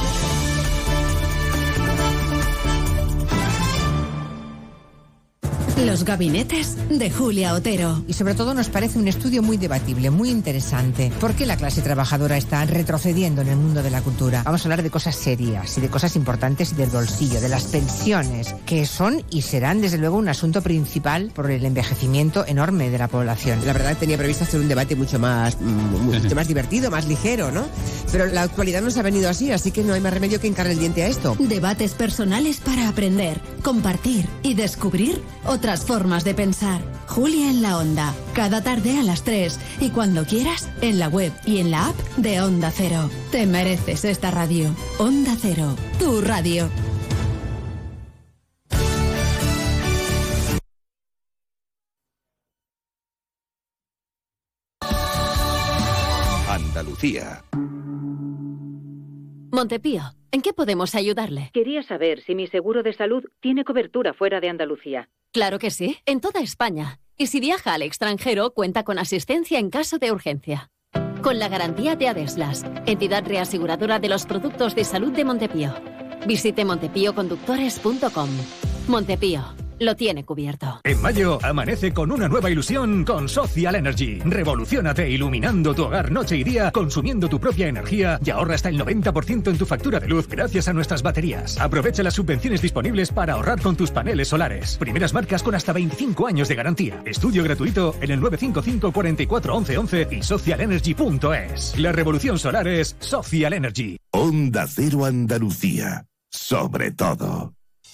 Los gabinetes de Julia Otero. Y sobre todo nos parece un estudio muy debatible, muy interesante. ¿Por qué la clase trabajadora está retrocediendo en el mundo de la cultura? Vamos a hablar de cosas serias y de cosas importantes y del bolsillo, de las pensiones, que son y serán desde luego un asunto principal por el envejecimiento enorme de la población. La verdad tenía previsto hacer un debate mucho más divertido, más ligero, ¿no? Pero la actualidad nos ha venido así que no hay más remedio que hincarle el diente a esto. Debates personales para aprender, compartir y descubrir otras formas de pensar. Julia en la Onda, cada tarde a las 3 y cuando quieras en la web y en la app de Onda Cero. Te mereces esta radio. Onda Cero, tu radio. Andalucía. Montepío, ¿en qué podemos ayudarle? Quería saber si mi seguro de salud tiene cobertura fuera de Andalucía. Claro que sí, en toda España. Y si viaja al extranjero, cuenta con asistencia en caso de urgencia. Con la garantía de Adeslas, entidad reaseguradora de los productos de salud de Montepío. Visite montepíoconductores.com. Montepío. Lo tiene cubierto. En mayo, amanece con una nueva ilusión con Social Energy. Revoluciónate iluminando tu hogar noche y día, consumiendo tu propia energía y ahorra hasta el 90% en tu factura de luz gracias a nuestras baterías. Aprovecha las subvenciones disponibles para ahorrar con tus paneles solares. Primeras marcas con hasta 25 años de garantía. Estudio gratuito en el 955 44 11 11 y socialenergy.es. La revolución solar es Social Energy. Onda Cero Andalucía. Sobre todo.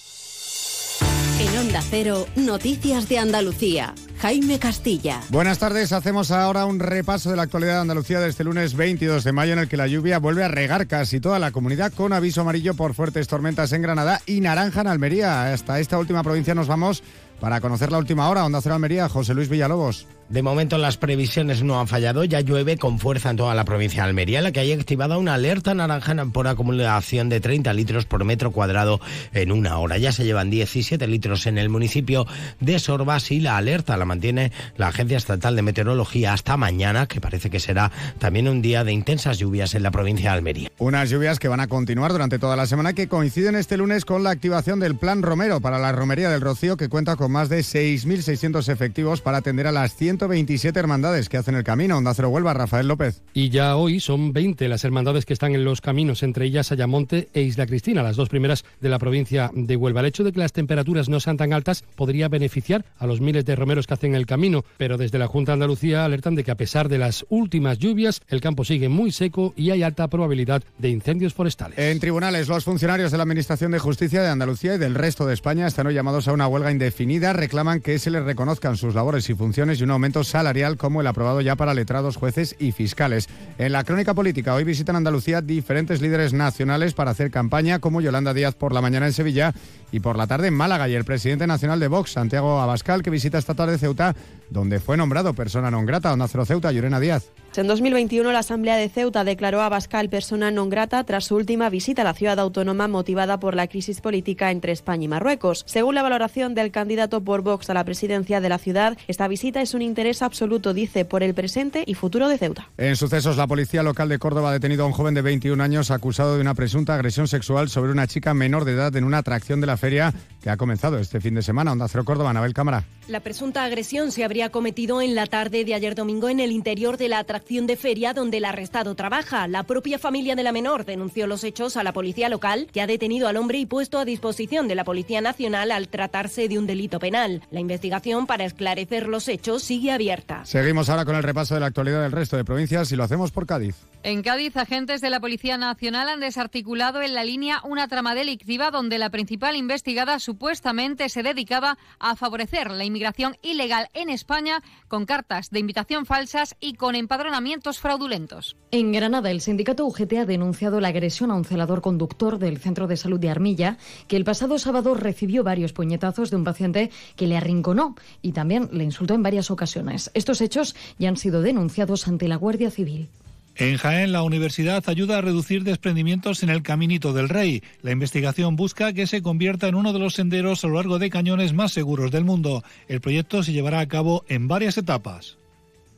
En Onda Cero, Noticias de Andalucía. Jaime Castilla. Buenas tardes, hacemos ahora un repaso de la actualidad de Andalucía de este lunes 22 de mayo en el que la lluvia vuelve a regar casi toda la comunidad con aviso amarillo por fuertes tormentas en Granada y naranja en Almería. Hasta esta última provincia nos vamos para conocer la última hora. Onda Cero Almería, José Luis Villalobos. De momento las previsiones no han fallado, ya llueve con fuerza en toda la provincia de Almería, en la que hay activada una alerta naranja por acumulación de 30 litros por metro cuadrado en una hora. Ya se llevan 17 litros en el municipio de Sorbas y la alerta la mantiene la Agencia Estatal de Meteorología hasta mañana, que parece que será también un día de intensas lluvias en la provincia de Almería. Unas lluvias que van a continuar durante toda la semana, que coinciden este lunes con la activación del Plan Romero para la Romería del Rocío, que cuenta con más de 6.600 efectivos para atender a las 127 hermandades que hacen el camino. Onda Cero Huelva, Rafael López. Y ya hoy son 20 las hermandades que están en los caminos, entre ellas Ayamonte e Isla Cristina, las dos primeras de la provincia de Huelva. El hecho de que las temperaturas no sean tan altas podría beneficiar a los miles de romeros que hacen el camino, pero desde la Junta de Andalucía alertan de que a pesar de las últimas lluvias, el campo sigue muy seco y hay alta probabilidad de incendios forestales. En tribunales, los funcionarios de la Administración de Justicia de Andalucía y del resto de España están hoy llamados a una huelga indefinida. Reclaman que se les reconozcan sus labores y funciones y un aumento salarial como el aprobado ya para letrados, jueces y fiscales. En la crónica política, hoy visitan Andalucía diferentes líderes nacionales para hacer campaña, como Yolanda Díaz por la mañana en Sevilla y por la tarde en Málaga, y el presidente nacional de Vox, Santiago Abascal, que visita esta tarde Ceuta, donde fue nombrado persona non grata. Onda Cero Ceuta, Llorena Díaz. En 2021 la Asamblea de Ceuta declaró a Abascal persona non grata tras su última visita a la ciudad autónoma motivada por la crisis política entre España y Marruecos. Según la valoración del candidato por Vox a la presidencia de la ciudad, esta visita es un interés absoluto, dice, por el presente y futuro de Ceuta. En sucesos, la policía local de Córdoba ha detenido a un joven de 21 años acusado de una presunta agresión sexual sobre una chica menor de edad en una atracción de la feria que ha comenzado este fin de semana. Onda Cero Córdoba, Anabel Cámara. La presunta agresión se habría cometido en la tarde de ayer domingo en el interior de la atracción de feria donde el arrestado trabaja. La propia familia de la menor denunció los hechos a la policía local, que ha detenido al hombre y puesto a disposición de la Policía Nacional al tratarse de un delito penal. La investigación para esclarecer los hechos sigue abierta. Seguimos ahora con el repaso de la actualidad del resto de provincias y lo hacemos por Cádiz. En Cádiz, agentes de la Policía Nacional han desarticulado en la línea una trama delictiva donde la principal investigada supuestamente se dedicaba a favorecer la inmigración ilegal en España con cartas de invitación falsas y con empadronamientos fraudulentos. En Granada, el sindicato UGT ha denunciado la agresión a un celador conductor del Centro de Salud de Armilla, que el pasado sábado recibió varios puñetazos de un paciente que le arrinconó y también le insultó en varias ocasiones. Estos hechos ya han sido denunciados ante la Guardia Civil. En Jaén, la universidad ayuda a reducir desprendimientos en el Caminito del Rey. La investigación busca que se convierta en uno de los senderos a lo largo de Cañones más seguros del mundo. El proyecto se llevará a cabo en varias etapas.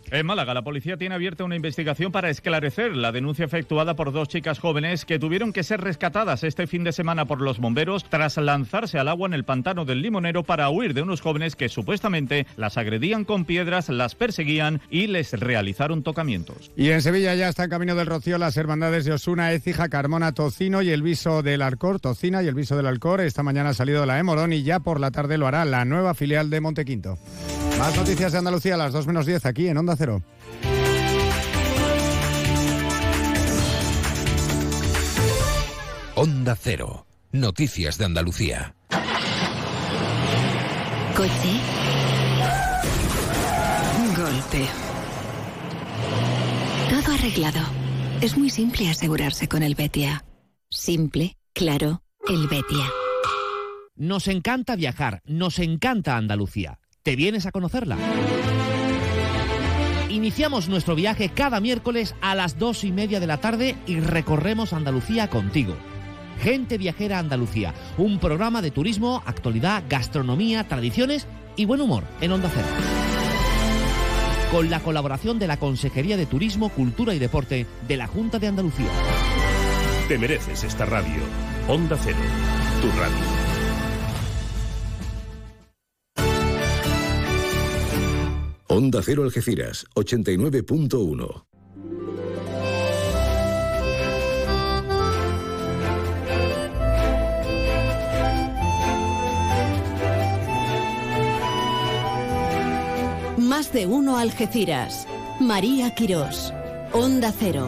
En Málaga, la policía tiene abierta una investigación para esclarecer la denuncia efectuada por 2 chicas jóvenes que tuvieron que ser rescatadas este fin de semana por los bomberos tras lanzarse al agua en el pantano del Limonero para huir de unos jóvenes que supuestamente las agredían con piedras, las perseguían y les realizaron tocamientos. Y en Sevilla ya está en camino del Rocío las hermandades de Osuna, Écija, Carmona, Tocino y el Viso del Alcor, Tocina y el Viso del Alcor. Esta mañana ha salido de la de Morón y ya por la tarde lo hará la nueva filial de Montequinto. Más noticias de Andalucía a las 2 menos 10 aquí en Onda Cero. Onda Cero. Noticias de Andalucía. Coche. Golpe. Todo arreglado. Es muy simple asegurarse con el Betia. Simple, claro, el Betia. Nos encanta viajar, nos encanta Andalucía. ¿Te vienes a conocerla? Iniciamos nuestro viaje cada miércoles a las 2:30 de la tarde y recorremos Andalucía contigo. Gente Viajera Andalucía, un programa de turismo, actualidad, gastronomía, tradiciones y buen humor en Onda Cero. Con la colaboración de la Consejería de Turismo, Cultura y Deporte de la Junta de Andalucía. Te mereces esta radio. Onda Cero, tu radio. Onda Cero Algeciras, 89.1. Más de uno Algeciras. María Quirós. Onda Cero.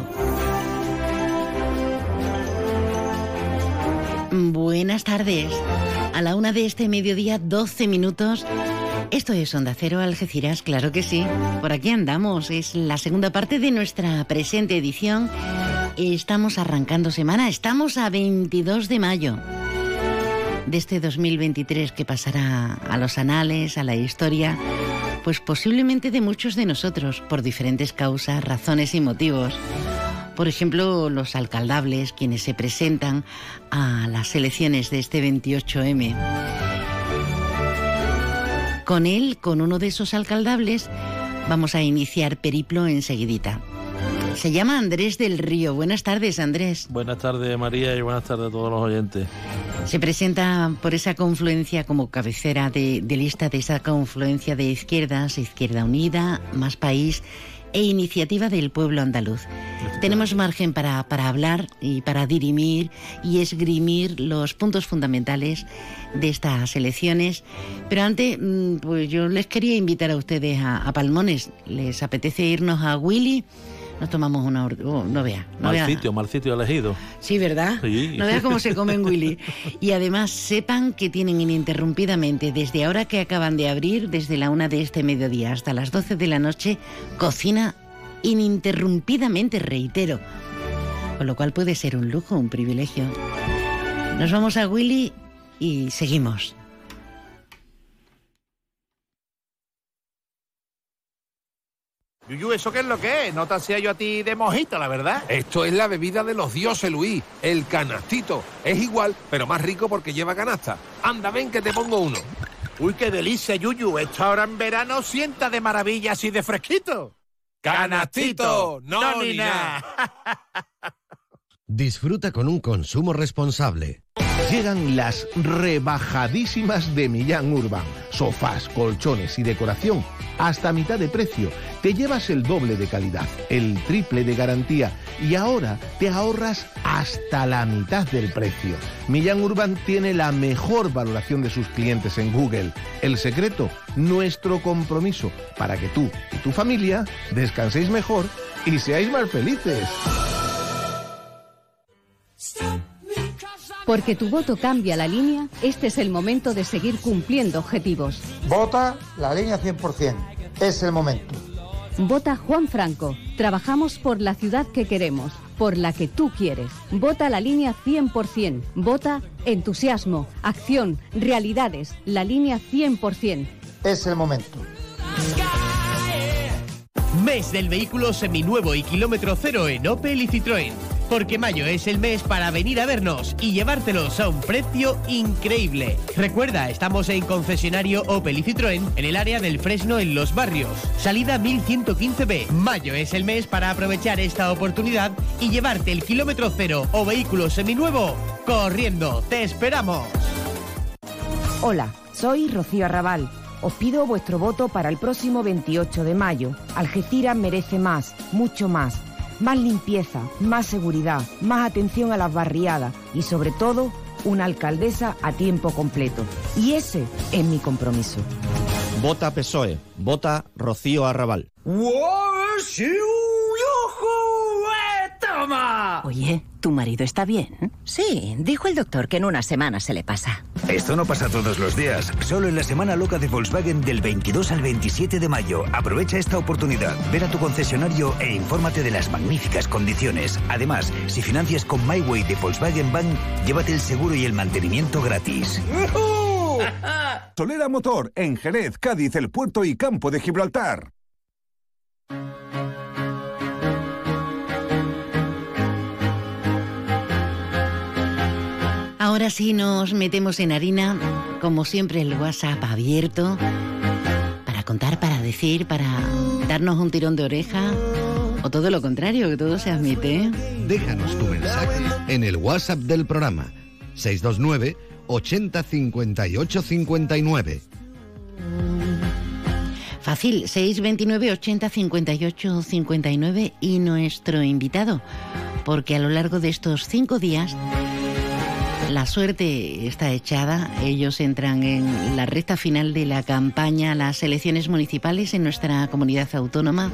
Buenas tardes. A la 1 de este mediodía, 12 minutos. Esto es Onda Cero Algeciras, claro que sí. Por aquí andamos. Es la segunda parte de nuestra presente edición. Estamos arrancando semana. Estamos a 22 de mayo. De este 2023 que pasará a los anales, a la historia, pues posiblemente de muchos de nosotros, por diferentes causas, razones y motivos. Por ejemplo, los alcaldables, quienes se presentan a las elecciones de este 28M. Con él, con uno de esos alcaldables, vamos a iniciar periplo enseguidita. Se llama Andrés del Río. Buenas tardes, Andrés. Buenas tardes, María, y buenas tardes a todos los oyentes. Se presenta por esa confluencia como cabecera de lista de esa confluencia de izquierdas, Izquierda Unida, Más País e Iniciativa del Pueblo Andaluz. Tenemos margen para hablar y para dirimir y esgrimir los puntos fundamentales de estas elecciones. Pero antes, pues yo les quería invitar a ustedes a Palmones. ¿Les apetece irnos a Willy? Nos tomamos una... no vea. Mal sitio elegido. Sí, ¿verdad? Sí. No vea cómo se come en Willy. Y además sepan que tienen ininterrumpidamente, desde ahora que acaban de abrir, desde la 1 de este mediodía hasta las 12 de la noche, cocina ininterrumpidamente, reitero. Con lo cual puede ser un lujo, un privilegio. Nos vamos a Willy y seguimos. Yuyu, ¿eso qué es lo que es? No te hacía yo a ti de mojito, la verdad. Esto es la bebida de los dioses, Luis, el canastito. Es igual, pero más rico porque lleva canasta. Anda, ven que te pongo uno. Uy, qué delicia, Yuyu. Esto ahora en verano sienta de maravilla así de fresquito. ¡Canastito! ¡No, ni nada! Disfruta con un consumo responsable. Llegan las rebajadísimas de Millán Urban. Sofás, colchones y decoración hasta mitad de precio. Te llevas el doble de calidad, el triple de garantía y ahora te ahorras hasta la mitad del precio. Millán Urban tiene la mejor valoración de sus clientes en Google. El secreto, nuestro compromiso para que tú y tu familia descanséis mejor y seáis más felices. Porque tu voto cambia la línea, este es el momento de seguir cumpliendo objetivos. Vota la línea 100%. Es el momento. Vota Juan Franco. Trabajamos por la ciudad que queremos, por la que tú quieres. Vota la línea 100%. Vota entusiasmo, acción, realidades. La línea 100%. Es el momento. Mes del vehículo seminuevo y kilómetro cero en Opel y Citroën. porque mayo es el mes para venir a vernos y llevártelos a un precio increíble. Recuerda, estamos en concesionario Opel y Citroën en el área del Fresno en Los Barrios. Salida 1115B. Mayo es el mes para aprovechar esta oportunidad y llevarte el kilómetro cero o vehículo seminuevo corriendo. ¡Te esperamos! Hola, soy Rocío Arrabal. Os pido vuestro voto para el próximo 28 de mayo. Algeciras merece más, mucho más. Más limpieza, más seguridad, más atención a las barriadas y sobre todo una alcaldesa a tiempo completo. Y ese es mi compromiso. Vota PSOE, vota Rocío Arrabal. ¡Toma! Oye, ¿tu marido está bien? Sí, dijo el doctor que en una semana se le pasa. Esto no pasa todos los días, solo en la semana loca de Volkswagen del 22 al 27 de mayo. Aprovecha esta oportunidad, ven a tu concesionario e infórmate de las magníficas condiciones. Además, si financias con MyWay de Volkswagen Bank, llévate el seguro y el mantenimiento gratis. Solera Motor, en Jerez, Cádiz, El Puerto y Campo de Gibraltar. Ahora sí nos metemos en harina, como siempre el WhatsApp abierto, para contar, para decir, para darnos un tirón de oreja, o todo lo contrario, que todo se admite. Déjanos tu mensaje en el WhatsApp del programa, 629 80 58 59. Fácil, 629 80 58 59 y nuestro invitado, porque a lo largo de estos 5 días... la suerte está echada. Ellos entran en la recta final de la campaña a las elecciones municipales en nuestra comunidad autónoma.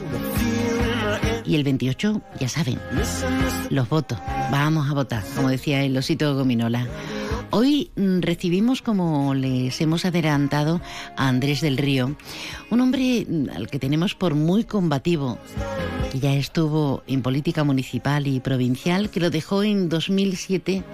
Y el 28, ya saben, los votos. Vamos a votar, como decía el osito Gominola. Hoy recibimos, como les hemos adelantado, a Andrés del Río, un hombre al que tenemos por muy combativo, que ya estuvo en política municipal y provincial, que lo dejó en 2007...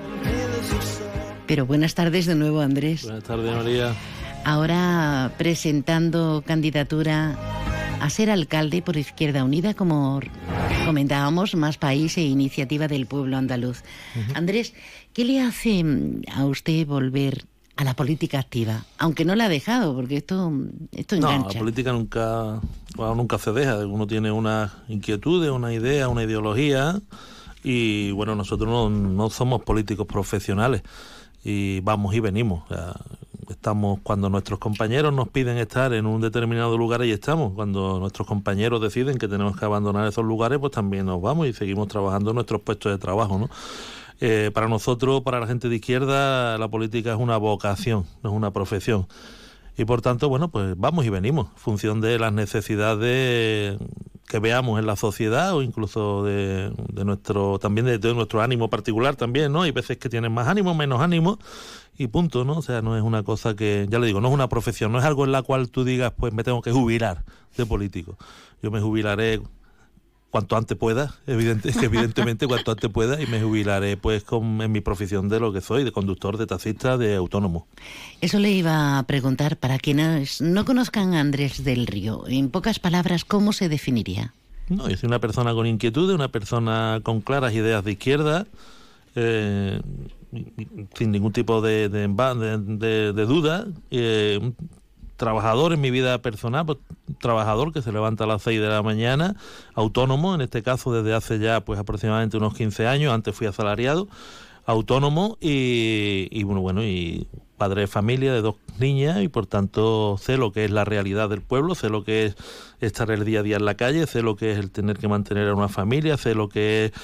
Pero buenas tardes de nuevo, Andrés. Buenas tardes, María. Ahora presentando candidatura a ser alcalde por Izquierda Unida, como comentábamos, Más País e Iniciativa del Pueblo Andaluz. Andrés, ¿qué le hace a usted volver a la política activa? Aunque no la ha dejado, porque esto engancha. No, la política nunca se deja. Uno tiene una inquietud, una idea, una ideología, y bueno, nosotros no somos políticos profesionales. Y vamos y venimos. O sea, estamos cuando nuestros compañeros nos piden estar en un determinado lugar, ahí estamos. Cuando nuestros compañeros deciden que tenemos que abandonar esos lugares, pues también nos vamos y seguimos trabajando en nuestros puestos de trabajo, ¿no? Para nosotros, para la gente de izquierda, la política es una vocación, no es una profesión. Y por tanto, bueno, pues vamos y venimos, en función de las necesidades que veamos en la sociedad, o incluso de nuestro ánimo particular también, ¿no? Hay veces que tienen más ánimo, menos ánimo, y punto, ¿no? O sea, no es una cosa que, ya le digo, no es una profesión, no es algo en la cual tú digas, pues me tengo que jubilar de político. Yo me jubilaré cuanto antes pueda, evidentemente cuanto antes pueda, y me jubilaré pues en mi profesión de lo que soy, de conductor, de taxista, de autónomo. Eso le iba a preguntar, para quienes no conozcan a Andrés del Río, en pocas palabras, ¿cómo se definiría? No, yo soy una persona con inquietudes, una persona con claras ideas de izquierda, sin ningún tipo de duda, trabajador en mi vida personal, pues, trabajador que se levanta a las 6 de la mañana, autónomo, en este caso desde hace ya pues aproximadamente unos 15 años, antes fui asalariado, autónomo y padre de familia de 2 niñas, y por tanto sé lo que es la realidad del pueblo, sé lo que es estar el día a día en la calle, sé lo que es el tener que mantener a una familia, sé lo que es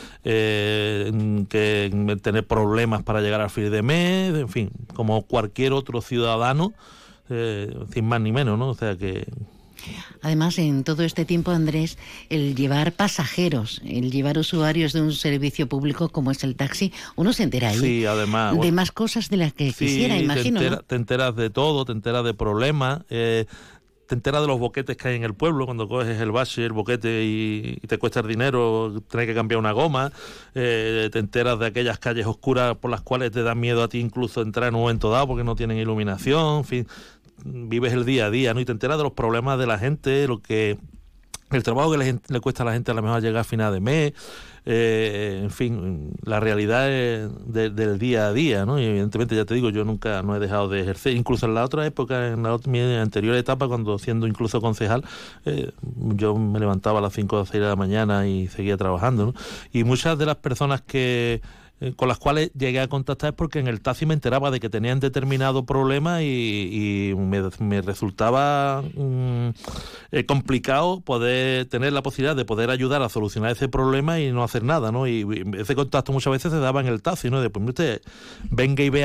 que tener problemas para llegar al fin de mes, en fin, como cualquier otro ciudadano, sin más ni menos, ¿no? O sea que... Además, en todo este tiempo, Andrés, el llevar pasajeros, el llevar usuarios de un servicio público como es el taxi, uno se entera ahí, sí, además, de más cosas de las que quisiera, imagino, ¿no? Te enteras de todo, te enteras de problemas, te enteras de los boquetes que hay en el pueblo, cuando coges el bache, el boquete y te cuesta el dinero, tener que cambiar una goma, te enteras de aquellas calles oscuras por las cuales te da miedo a ti incluso entrar en un momento dado porque no tienen iluminación, en fin, vives el día a día, ¿no? Y te enteras de los problemas de la gente, lo que el trabajo que le cuesta a la gente a lo mejor llegar a final de mes, en fin, la realidad del día a día, ¿no? Y evidentemente, ya te digo, yo nunca no he dejado de ejercer, incluso en la otra época, mi anterior etapa, cuando siendo incluso concejal, yo me levantaba a las 5 o 6 de la mañana y seguía trabajando, ¿no? Y muchas de las personas con las cuales llegué a contactar es porque en el taxi me enteraba de que tenían determinado problema y me resultaba complicado poder tener la posibilidad de poder ayudar a solucionar ese problema y no hacer nada, ¿no? Y ese contacto muchas veces se daba en el taxi, ¿no? De, pues usted venga y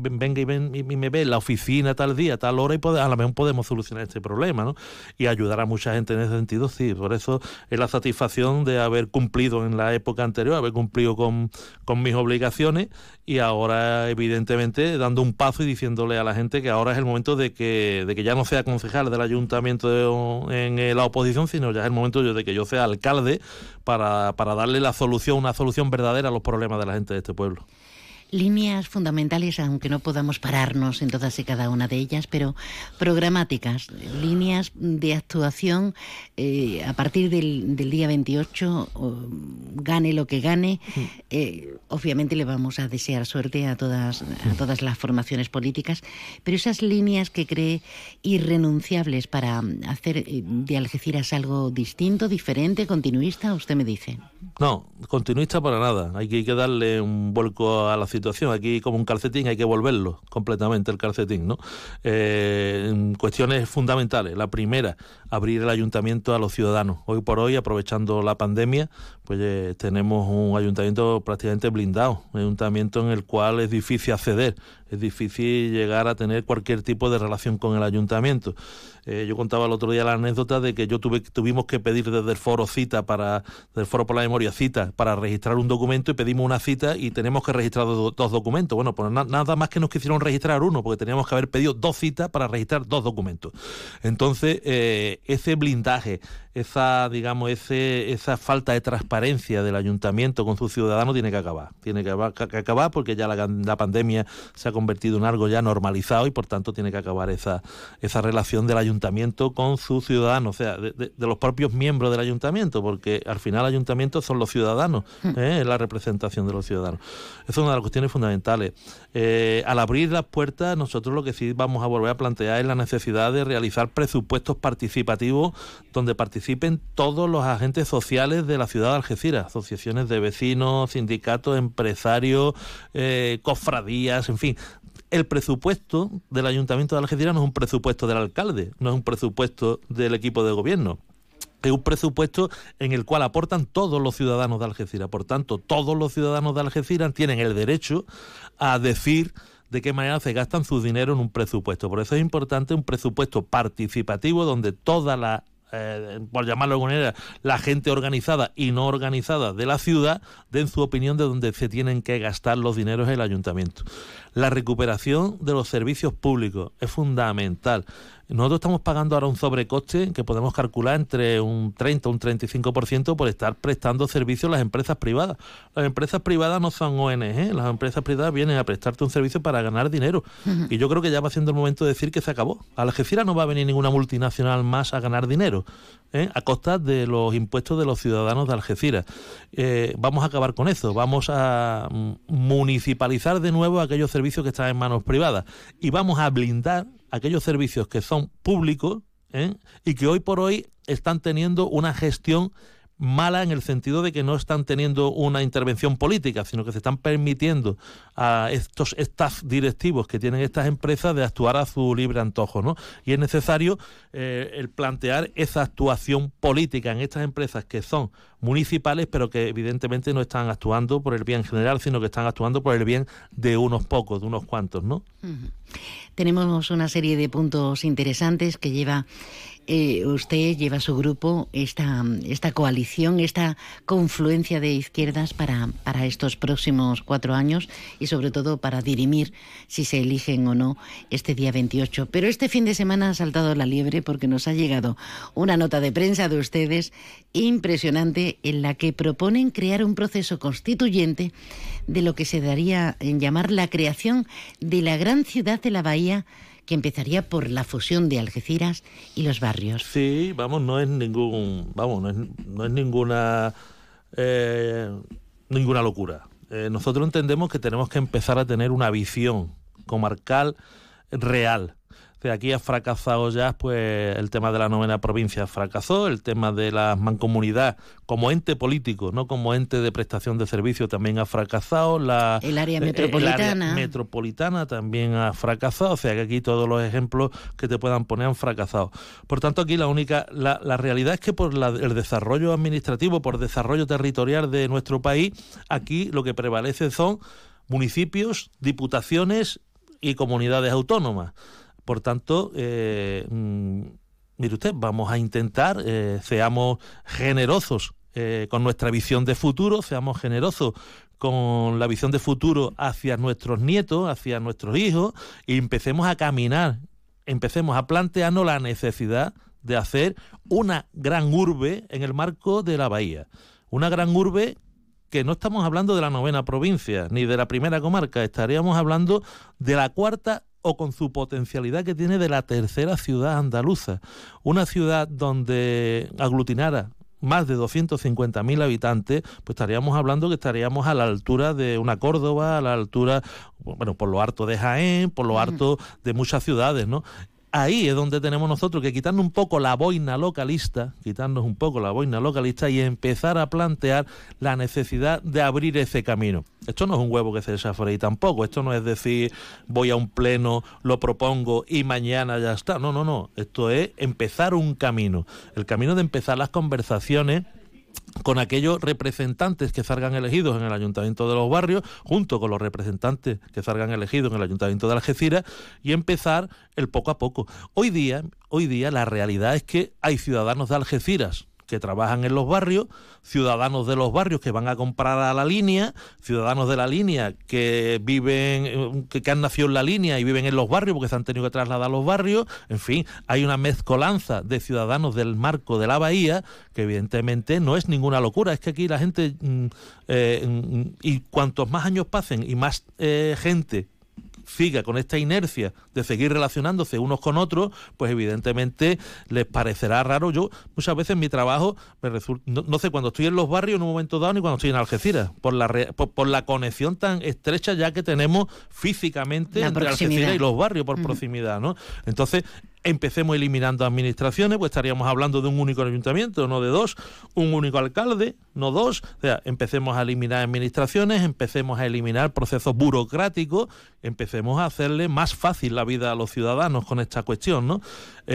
me ve en la oficina tal día, tal hora, y a lo mejor podemos solucionar este problema, ¿no? Y ayudar a mucha gente en ese sentido, sí. Por eso es la satisfacción de haber cumplido en la época anterior, haber cumplido con mis obligaciones, y ahora evidentemente dando un paso y diciéndole a la gente que ahora es el momento de que ya no sea concejal del ayuntamiento en la oposición, sino ya es el momento de que yo sea alcalde para darle una solución verdadera a los problemas de la gente de este pueblo. Líneas fundamentales, aunque no podamos pararnos en todas y cada una de ellas, pero programáticas, líneas de actuación a partir del día 28, gane lo que gane. Obviamente le vamos a desear suerte a todas las formaciones políticas, pero esas líneas que cree irrenunciables para hacer de Algeciras algo distinto, diferente, continuista, usted me dice. No, continuista para nada. Hay que darle un vuelco a la situación. Aquí, como un calcetín, hay que volverlo completamente el calcetín, ¿no? Cuestiones fundamentales. La primera, abrir el ayuntamiento a los ciudadanos. Hoy por hoy, aprovechando la pandemia, pues tenemos un ayuntamiento prácticamente blindado, un ayuntamiento en el cual es difícil acceder, es difícil llegar a tener cualquier tipo de relación con el ayuntamiento. Yo contaba el otro día la anécdota de que tuvimos que pedir desde el foro del Foro por la Memoria cita para registrar un documento, y pedimos una cita y tenemos que registrar dos documentos. Bueno, pues nada más que nos quisieron registrar uno, porque teníamos que haber pedido 2 citas para registrar 2 documentos. Entonces, ese blindaje, esa falta de transparencia del ayuntamiento con sus ciudadanos tiene que acabar. Tiene que acabar porque ya la pandemia se ha convertido en algo ya normalizado, y por tanto tiene que acabar esa relación del ayuntamiento con sus ciudadanos, o sea, de los propios miembros del ayuntamiento, porque al final el ayuntamiento son los ciudadanos, la representación de los ciudadanos. Esa es una de las cuestiones fundamentales. Al abrir las puertas, nosotros lo que sí vamos a volver a plantear es la necesidad de realizar presupuestos participativos donde participen todos los agentes sociales de la ciudad de Algeciras, asociaciones de vecinos, sindicatos, empresarios, cofradías, en fin. El presupuesto del Ayuntamiento de Algeciras no es un presupuesto del alcalde, no es un presupuesto del equipo de gobierno. Es un presupuesto en el cual aportan todos los ciudadanos de Algeciras. Por tanto, todos los ciudadanos de Algeciras tienen el derecho a decir de qué manera se gastan su dinero en un presupuesto. Por eso es importante un presupuesto participativo donde toda por llamarlo de alguna manera, la gente organizada y no organizada de la ciudad den su opinión de dónde se tienen que gastar los dineros en el ayuntamiento. La recuperación de los servicios públicos es fundamental. Nosotros estamos pagando ahora un sobrecoste que podemos calcular entre un 30 o un 35% por estar prestando servicios a las empresas privadas. Las empresas privadas no son ONG, las empresas privadas vienen a prestarte un servicio para ganar dinero. Y yo creo que ya va siendo el momento de decir que se acabó. A Algeciras no va a venir ninguna multinacional más a ganar dinero, a costa de los impuestos de los ciudadanos de Algeciras. Vamos a acabar con eso, vamos a municipalizar de nuevo aquellos servicios que están en manos privadas, y vamos a blindar aquellos servicios que son públicos y que hoy por hoy están teniendo una gestión mala, en el sentido de que no están teniendo una intervención política, sino que se están permitiendo a estos staff directivos que tienen estas empresas de actuar a su libre antojo, ¿no? Y es necesario el plantear esa actuación política en estas empresas que son municipales, pero que evidentemente no están actuando por el bien general, sino que están actuando por el bien de unos pocos, de unos cuantos, ¿no? Tenemos una serie de puntos interesantes que lleva usted, lleva su grupo, esta coalición, esta confluencia de izquierdas para estos próximos 4 años, y sobre todo para dirimir si se eligen o no este día 28. Pero este fin de semana ha saltado la liebre, porque nos ha llegado una nota de prensa de ustedes impresionante, en la que proponen crear un proceso constituyente de lo que se daría en llamar la creación de la gran ciudad de la Bahía, que empezaría por la fusión de Algeciras y los barrios. Sí, vamos, no es ninguna locura. Nosotros entendemos que tenemos que empezar a tener una visión comarcal real. Aquí ha fracasado ya pues el tema de la 9ª provincia, fracasó el tema de la mancomunidad como ente político, no como ente de prestación de servicio, también ha fracasado, el área metropolitana. El área metropolitana también ha fracasado, o sea que aquí todos los ejemplos que te puedan poner han fracasado. Por tanto, aquí la realidad es que por el desarrollo administrativo, por desarrollo territorial de nuestro país, aquí lo que prevalece son municipios, diputaciones y comunidades autónomas. Por tanto, mire usted, vamos a intentar, seamos generosos con nuestra visión de futuro, seamos generosos con la visión de futuro hacia nuestros nietos, hacia nuestros hijos, y empecemos a caminar, empecemos a plantearnos la necesidad de hacer una gran urbe en el marco de la bahía. Una gran urbe que no estamos hablando de la 9ª provincia, ni de la primera comarca, estaríamos hablando de la 4ª o con su potencialidad que tiene de la 3ª ciudad andaluza. Una ciudad donde aglutinara más de 250.000 habitantes, pues estaríamos hablando que estaríamos a la altura de una Córdoba, a la altura, bueno, por lo harto de Jaén, por lo harto de muchas ciudades, ¿no? Ahí es donde tenemos nosotros que quitarnos un poco la boina localista y empezar a plantear la necesidad de abrir ese camino. Esto no es un huevo que se echa a freír tampoco, esto no es decir voy a un pleno, lo propongo y mañana ya está. No, esto es empezar un camino, el camino de empezar las conversaciones con aquellos representantes que salgan elegidos en el Ayuntamiento de los Barrios, junto con los representantes que salgan elegidos en el Ayuntamiento de Algeciras, y empezar el poco a poco. Hoy día la realidad es que hay ciudadanos de Algeciras que trabajan en los barrios, ciudadanos de los barrios que van a comprar a la línea, ciudadanos de la línea que viven, que han nacido en la línea y viven en los barrios porque se han tenido que trasladar a los barrios. En fin, hay una mezcolanza de ciudadanos del marco de la bahía que evidentemente no es ninguna locura. Es que aquí la gente, y cuantos más años pasen y más gente siga con esta inercia de seguir relacionándose unos con otros, pues evidentemente les parecerá raro. Yo muchas veces mi trabajo me resulta, no sé cuando estoy en los barrios en un momento dado ni cuando estoy en Algeciras, por la conexión tan estrecha ya que tenemos físicamente entre Algeciras y los barrios por proximidad, ¿no? Entonces, empecemos eliminando administraciones, pues estaríamos hablando de un único ayuntamiento, no de dos, un único alcalde, no dos. O sea, empecemos a eliminar administraciones, empecemos a eliminar procesos burocráticos, empecemos a hacerle más fácil la vida a los ciudadanos con esta cuestión, ¿no?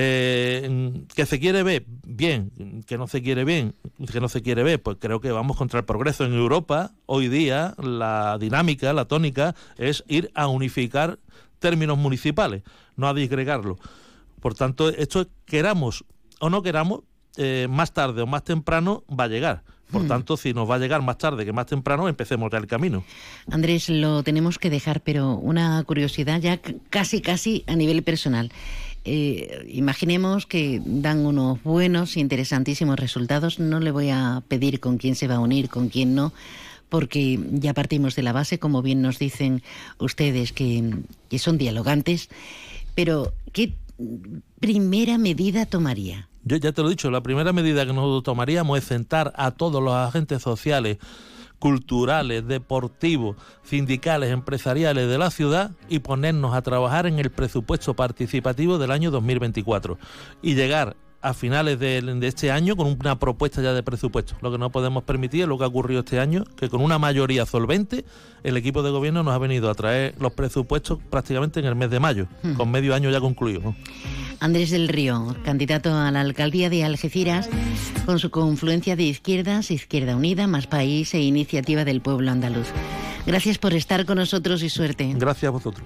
Que se quiere ver bien, que no se quiere ver, pues creo que vamos contra el progreso en Europa. Hoy día la dinámica, la tónica es ir a unificar términos municipales, no a disgregarlos. Por tanto, esto, queramos o no queramos, más tarde o más temprano va a llegar. Por tanto, si nos va a llegar más tarde que más temprano, empecemos ya el camino. Andrés, lo tenemos que dejar, pero una curiosidad ya casi a nivel personal. Imaginemos que dan unos buenos, interesantísimos resultados. No le voy a pedir con quién se va a unir, con quién no, porque ya partimos de la base, como bien nos dicen ustedes, que son dialogantes. Pero, ¿qué primera medida tomaría? Yo ya te lo he dicho, la primera medida que nosotros tomaríamos es sentar a todos los agentes sociales, culturales, deportivos, sindicales, empresariales de la ciudad y ponernos a trabajar en el presupuesto participativo del año 2024 y llegar a finales de este año con una propuesta ya de presupuesto. Lo que no podemos permitir es lo que ha ocurrido este año, que con una mayoría solvente el equipo de gobierno nos ha venido a traer los presupuestos prácticamente en el mes de mayo, con medio año ya concluido, ¿no? Andrés del Río, candidato a la alcaldía de Algeciras, con su confluencia de izquierdas, Izquierda Unida, Más País e Iniciativa del Pueblo Andaluz. Gracias por estar con nosotros y suerte. Gracias a vosotros.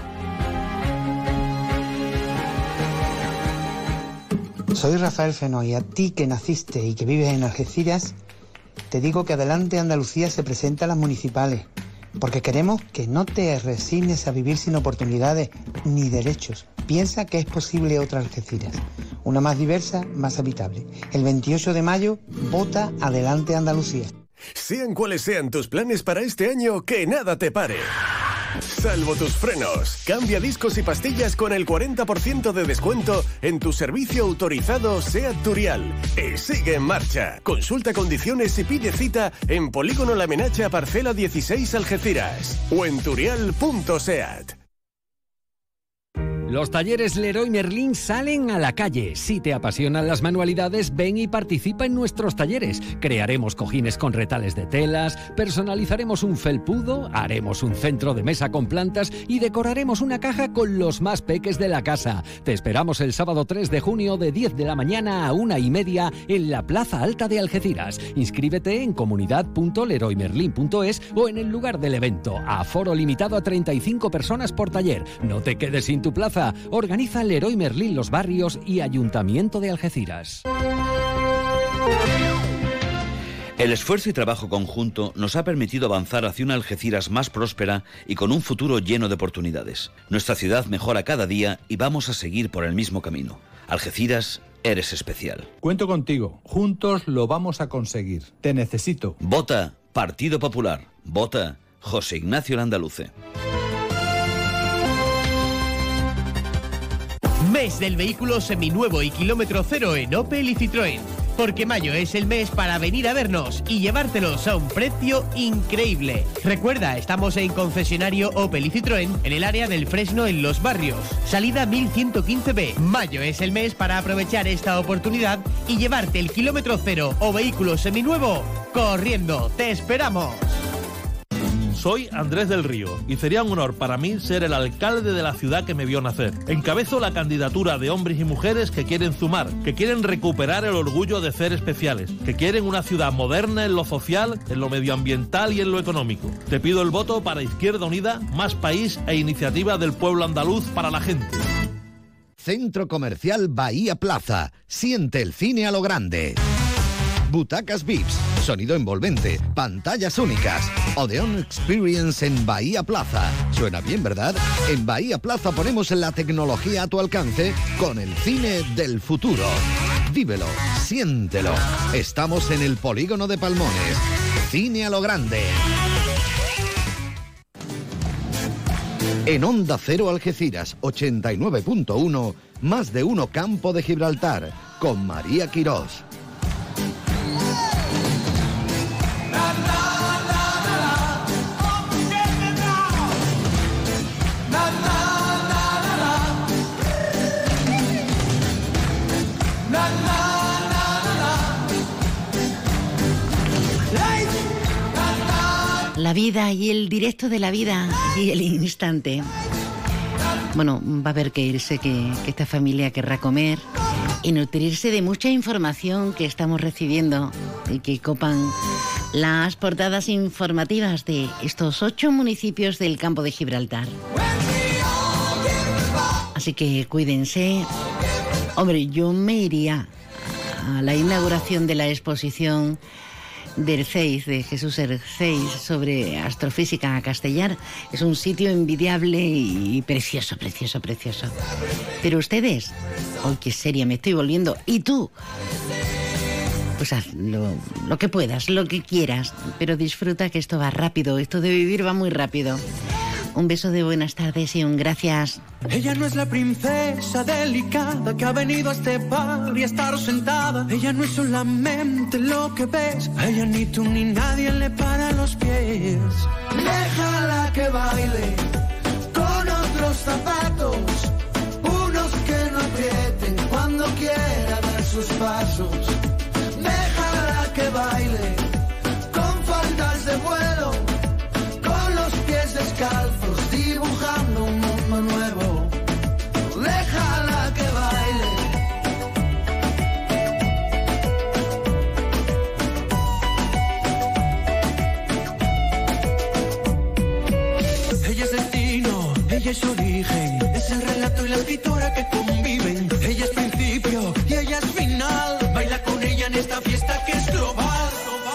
Soy Rafael Fenoy y a ti que naciste y que vives en Algeciras, te digo que Adelante Andalucía se presenta a las municipales, porque queremos que no te resignes a vivir sin oportunidades ni derechos. Piensa que es posible otra Algeciras, una más diversa, más habitable. El 28 de mayo, vota Adelante Andalucía. Sean cuales sean tus planes para este año, que nada te pare. Salvo tus frenos. Cambia discos y pastillas con el 40% de descuento en tu servicio autorizado SEAT Turial. Y sigue en marcha. Consulta condiciones y pide cita en Polígono La Menacha, parcela 16 Algeciras o en turial.seat. Los talleres Leroy Merlin salen a la calle. Si te apasionan las manualidades, ven y participa en nuestros talleres. Crearemos cojines con retales de telas, personalizaremos un felpudo, haremos un centro de mesa con plantas y decoraremos una caja con los más peques de la casa. Te esperamos el sábado 3 de junio de 10 de la mañana a 1:30 en la Plaza Alta de Algeciras. Inscríbete en comunidad.leroymerlin.es o en el lugar del evento. Aforo limitado a 35 personas por taller. No te quedes sin tu plaza. Organiza Leroy Merlin Los Barrios y Ayuntamiento de Algeciras. El esfuerzo y trabajo conjunto nos ha permitido avanzar hacia una Algeciras más próspera y con un futuro lleno de oportunidades. Nuestra ciudad mejora cada día y vamos a seguir por el mismo camino. Algeciras, eres especial. Cuento contigo. Juntos lo vamos a conseguir. Te necesito. Vota Partido Popular. Vota José Ignacio Landaluce. Mes del vehículo seminuevo y kilómetro cero en Opel y Citroën. Porque mayo es el mes para venir a vernos y llevártelos a un precio increíble. Recuerda, estamos en concesionario Opel y Citroën en el área del Fresno en Los Barrios. Salida 1115B. Mayo es el mes para aprovechar esta oportunidad y llevarte el kilómetro cero o vehículo seminuevo corriendo. ¡Te esperamos! Soy Andrés del Río y sería un honor para mí ser el alcalde de la ciudad que me vio nacer. Encabezo la candidatura de hombres y mujeres que quieren sumar, que quieren recuperar el orgullo de ser especiales, que quieren una ciudad moderna en lo social, en lo medioambiental y en lo económico. Te pido el voto para Izquierda Unida, Más País e Iniciativa del Pueblo Andaluz para la gente. Centro Comercial Bahía Plaza. Siente el cine a lo grande. Butacas VIPs, sonido envolvente, pantallas únicas. Odeon Experience en Bahía Plaza. Suena bien, ¿verdad? En Bahía Plaza ponemos la tecnología a tu alcance con el cine del futuro. Vívelo, siéntelo. Estamos en el Polígono de Palmones. Cine a lo grande. En Onda Cero Algeciras 89.1, Más de Uno Campo de Gibraltar, con María Quirós. La vida y el directo de la vida y el instante. Bueno, va a haber que irse, que esta familia querrá comer y nutrirse de mucha información que estamos recibiendo y que copan las portadas informativas de estos 8 municipios del campo de Gibraltar. Así que cuídense. Hombre, yo me iría a la inauguración de la exposición del CEIS, de Jesús Ercéis, sobre astrofísica a Castellar. Es un sitio envidiable y precioso, precioso, precioso. Pero ustedes, ¡ay, qué seria me estoy volviendo! ¿Y tú? Pues haz lo que puedas, lo que quieras, pero disfruta, que esto va rápido, esto de vivir va muy rápido. Un beso de buenas tardes y un gracias. Ella no es la princesa delicada que ha venido a este bar y a estar sentada. Ella no es solamente lo que ves. A ella ni tú ni nadie le para los pies. Déjala que baile con otros zapatos, unos que no aprieten cuando quiera dar sus pasos. Déjala que baile con faldas de vuelo, con los pies descalzos, dibujando un mundo nuevo. Déjala que baile. Ella es destino, ella es origen, es el relato y la escritora que conviven. Ella es principio y ella es final. Baila con ella en esta fiesta que es global.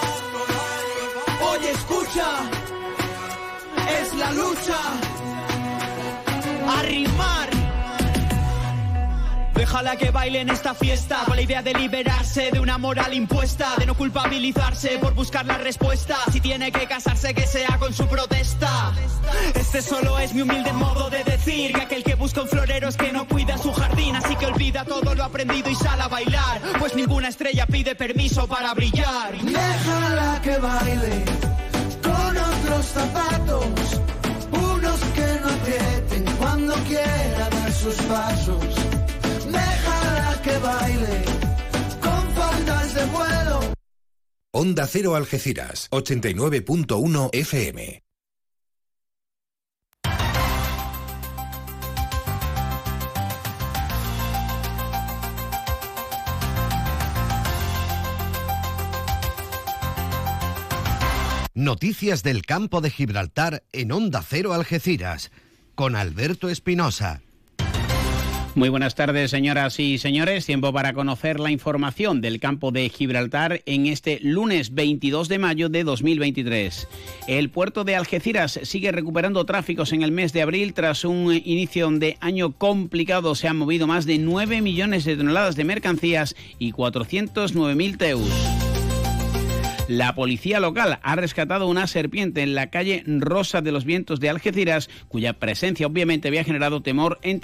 Oye, escucha, es la lucha. Arrimar. Deja Déjala que baile en esta fiesta, con la idea de liberarse de una moral impuesta, de no culpabilizarse por buscar la respuesta. Si tiene que casarse, que sea con su protesta. Este solo es mi humilde modo de decir que aquel que busca un florero es que no cuida su jardín. Así que olvida todo lo aprendido y sal a bailar, pues ninguna estrella pide permiso para brillar. Déjala que baile con otros zapatos, unos que no aprieten cuando quiera dar sus pasos. Déjala que baile con faldas de vuelo. Onda Cero Algeciras, 89.1 FM. Noticias del campo de Gibraltar en Onda Cero Algeciras, con Alberto Espinosa. Muy buenas tardes, señoras y señores. Tiempo para conocer la información del campo de Gibraltar en este lunes 22 de mayo de 2023. El puerto de Algeciras sigue recuperando tráficos en el mes de abril. Tras un inicio de año complicado, se han movido más de 9 millones de toneladas de mercancías y 409.000 TEUs. La policía local ha rescatado una serpiente en la calle Rosa de los Vientos de Algeciras, cuya presencia obviamente había generado temor entre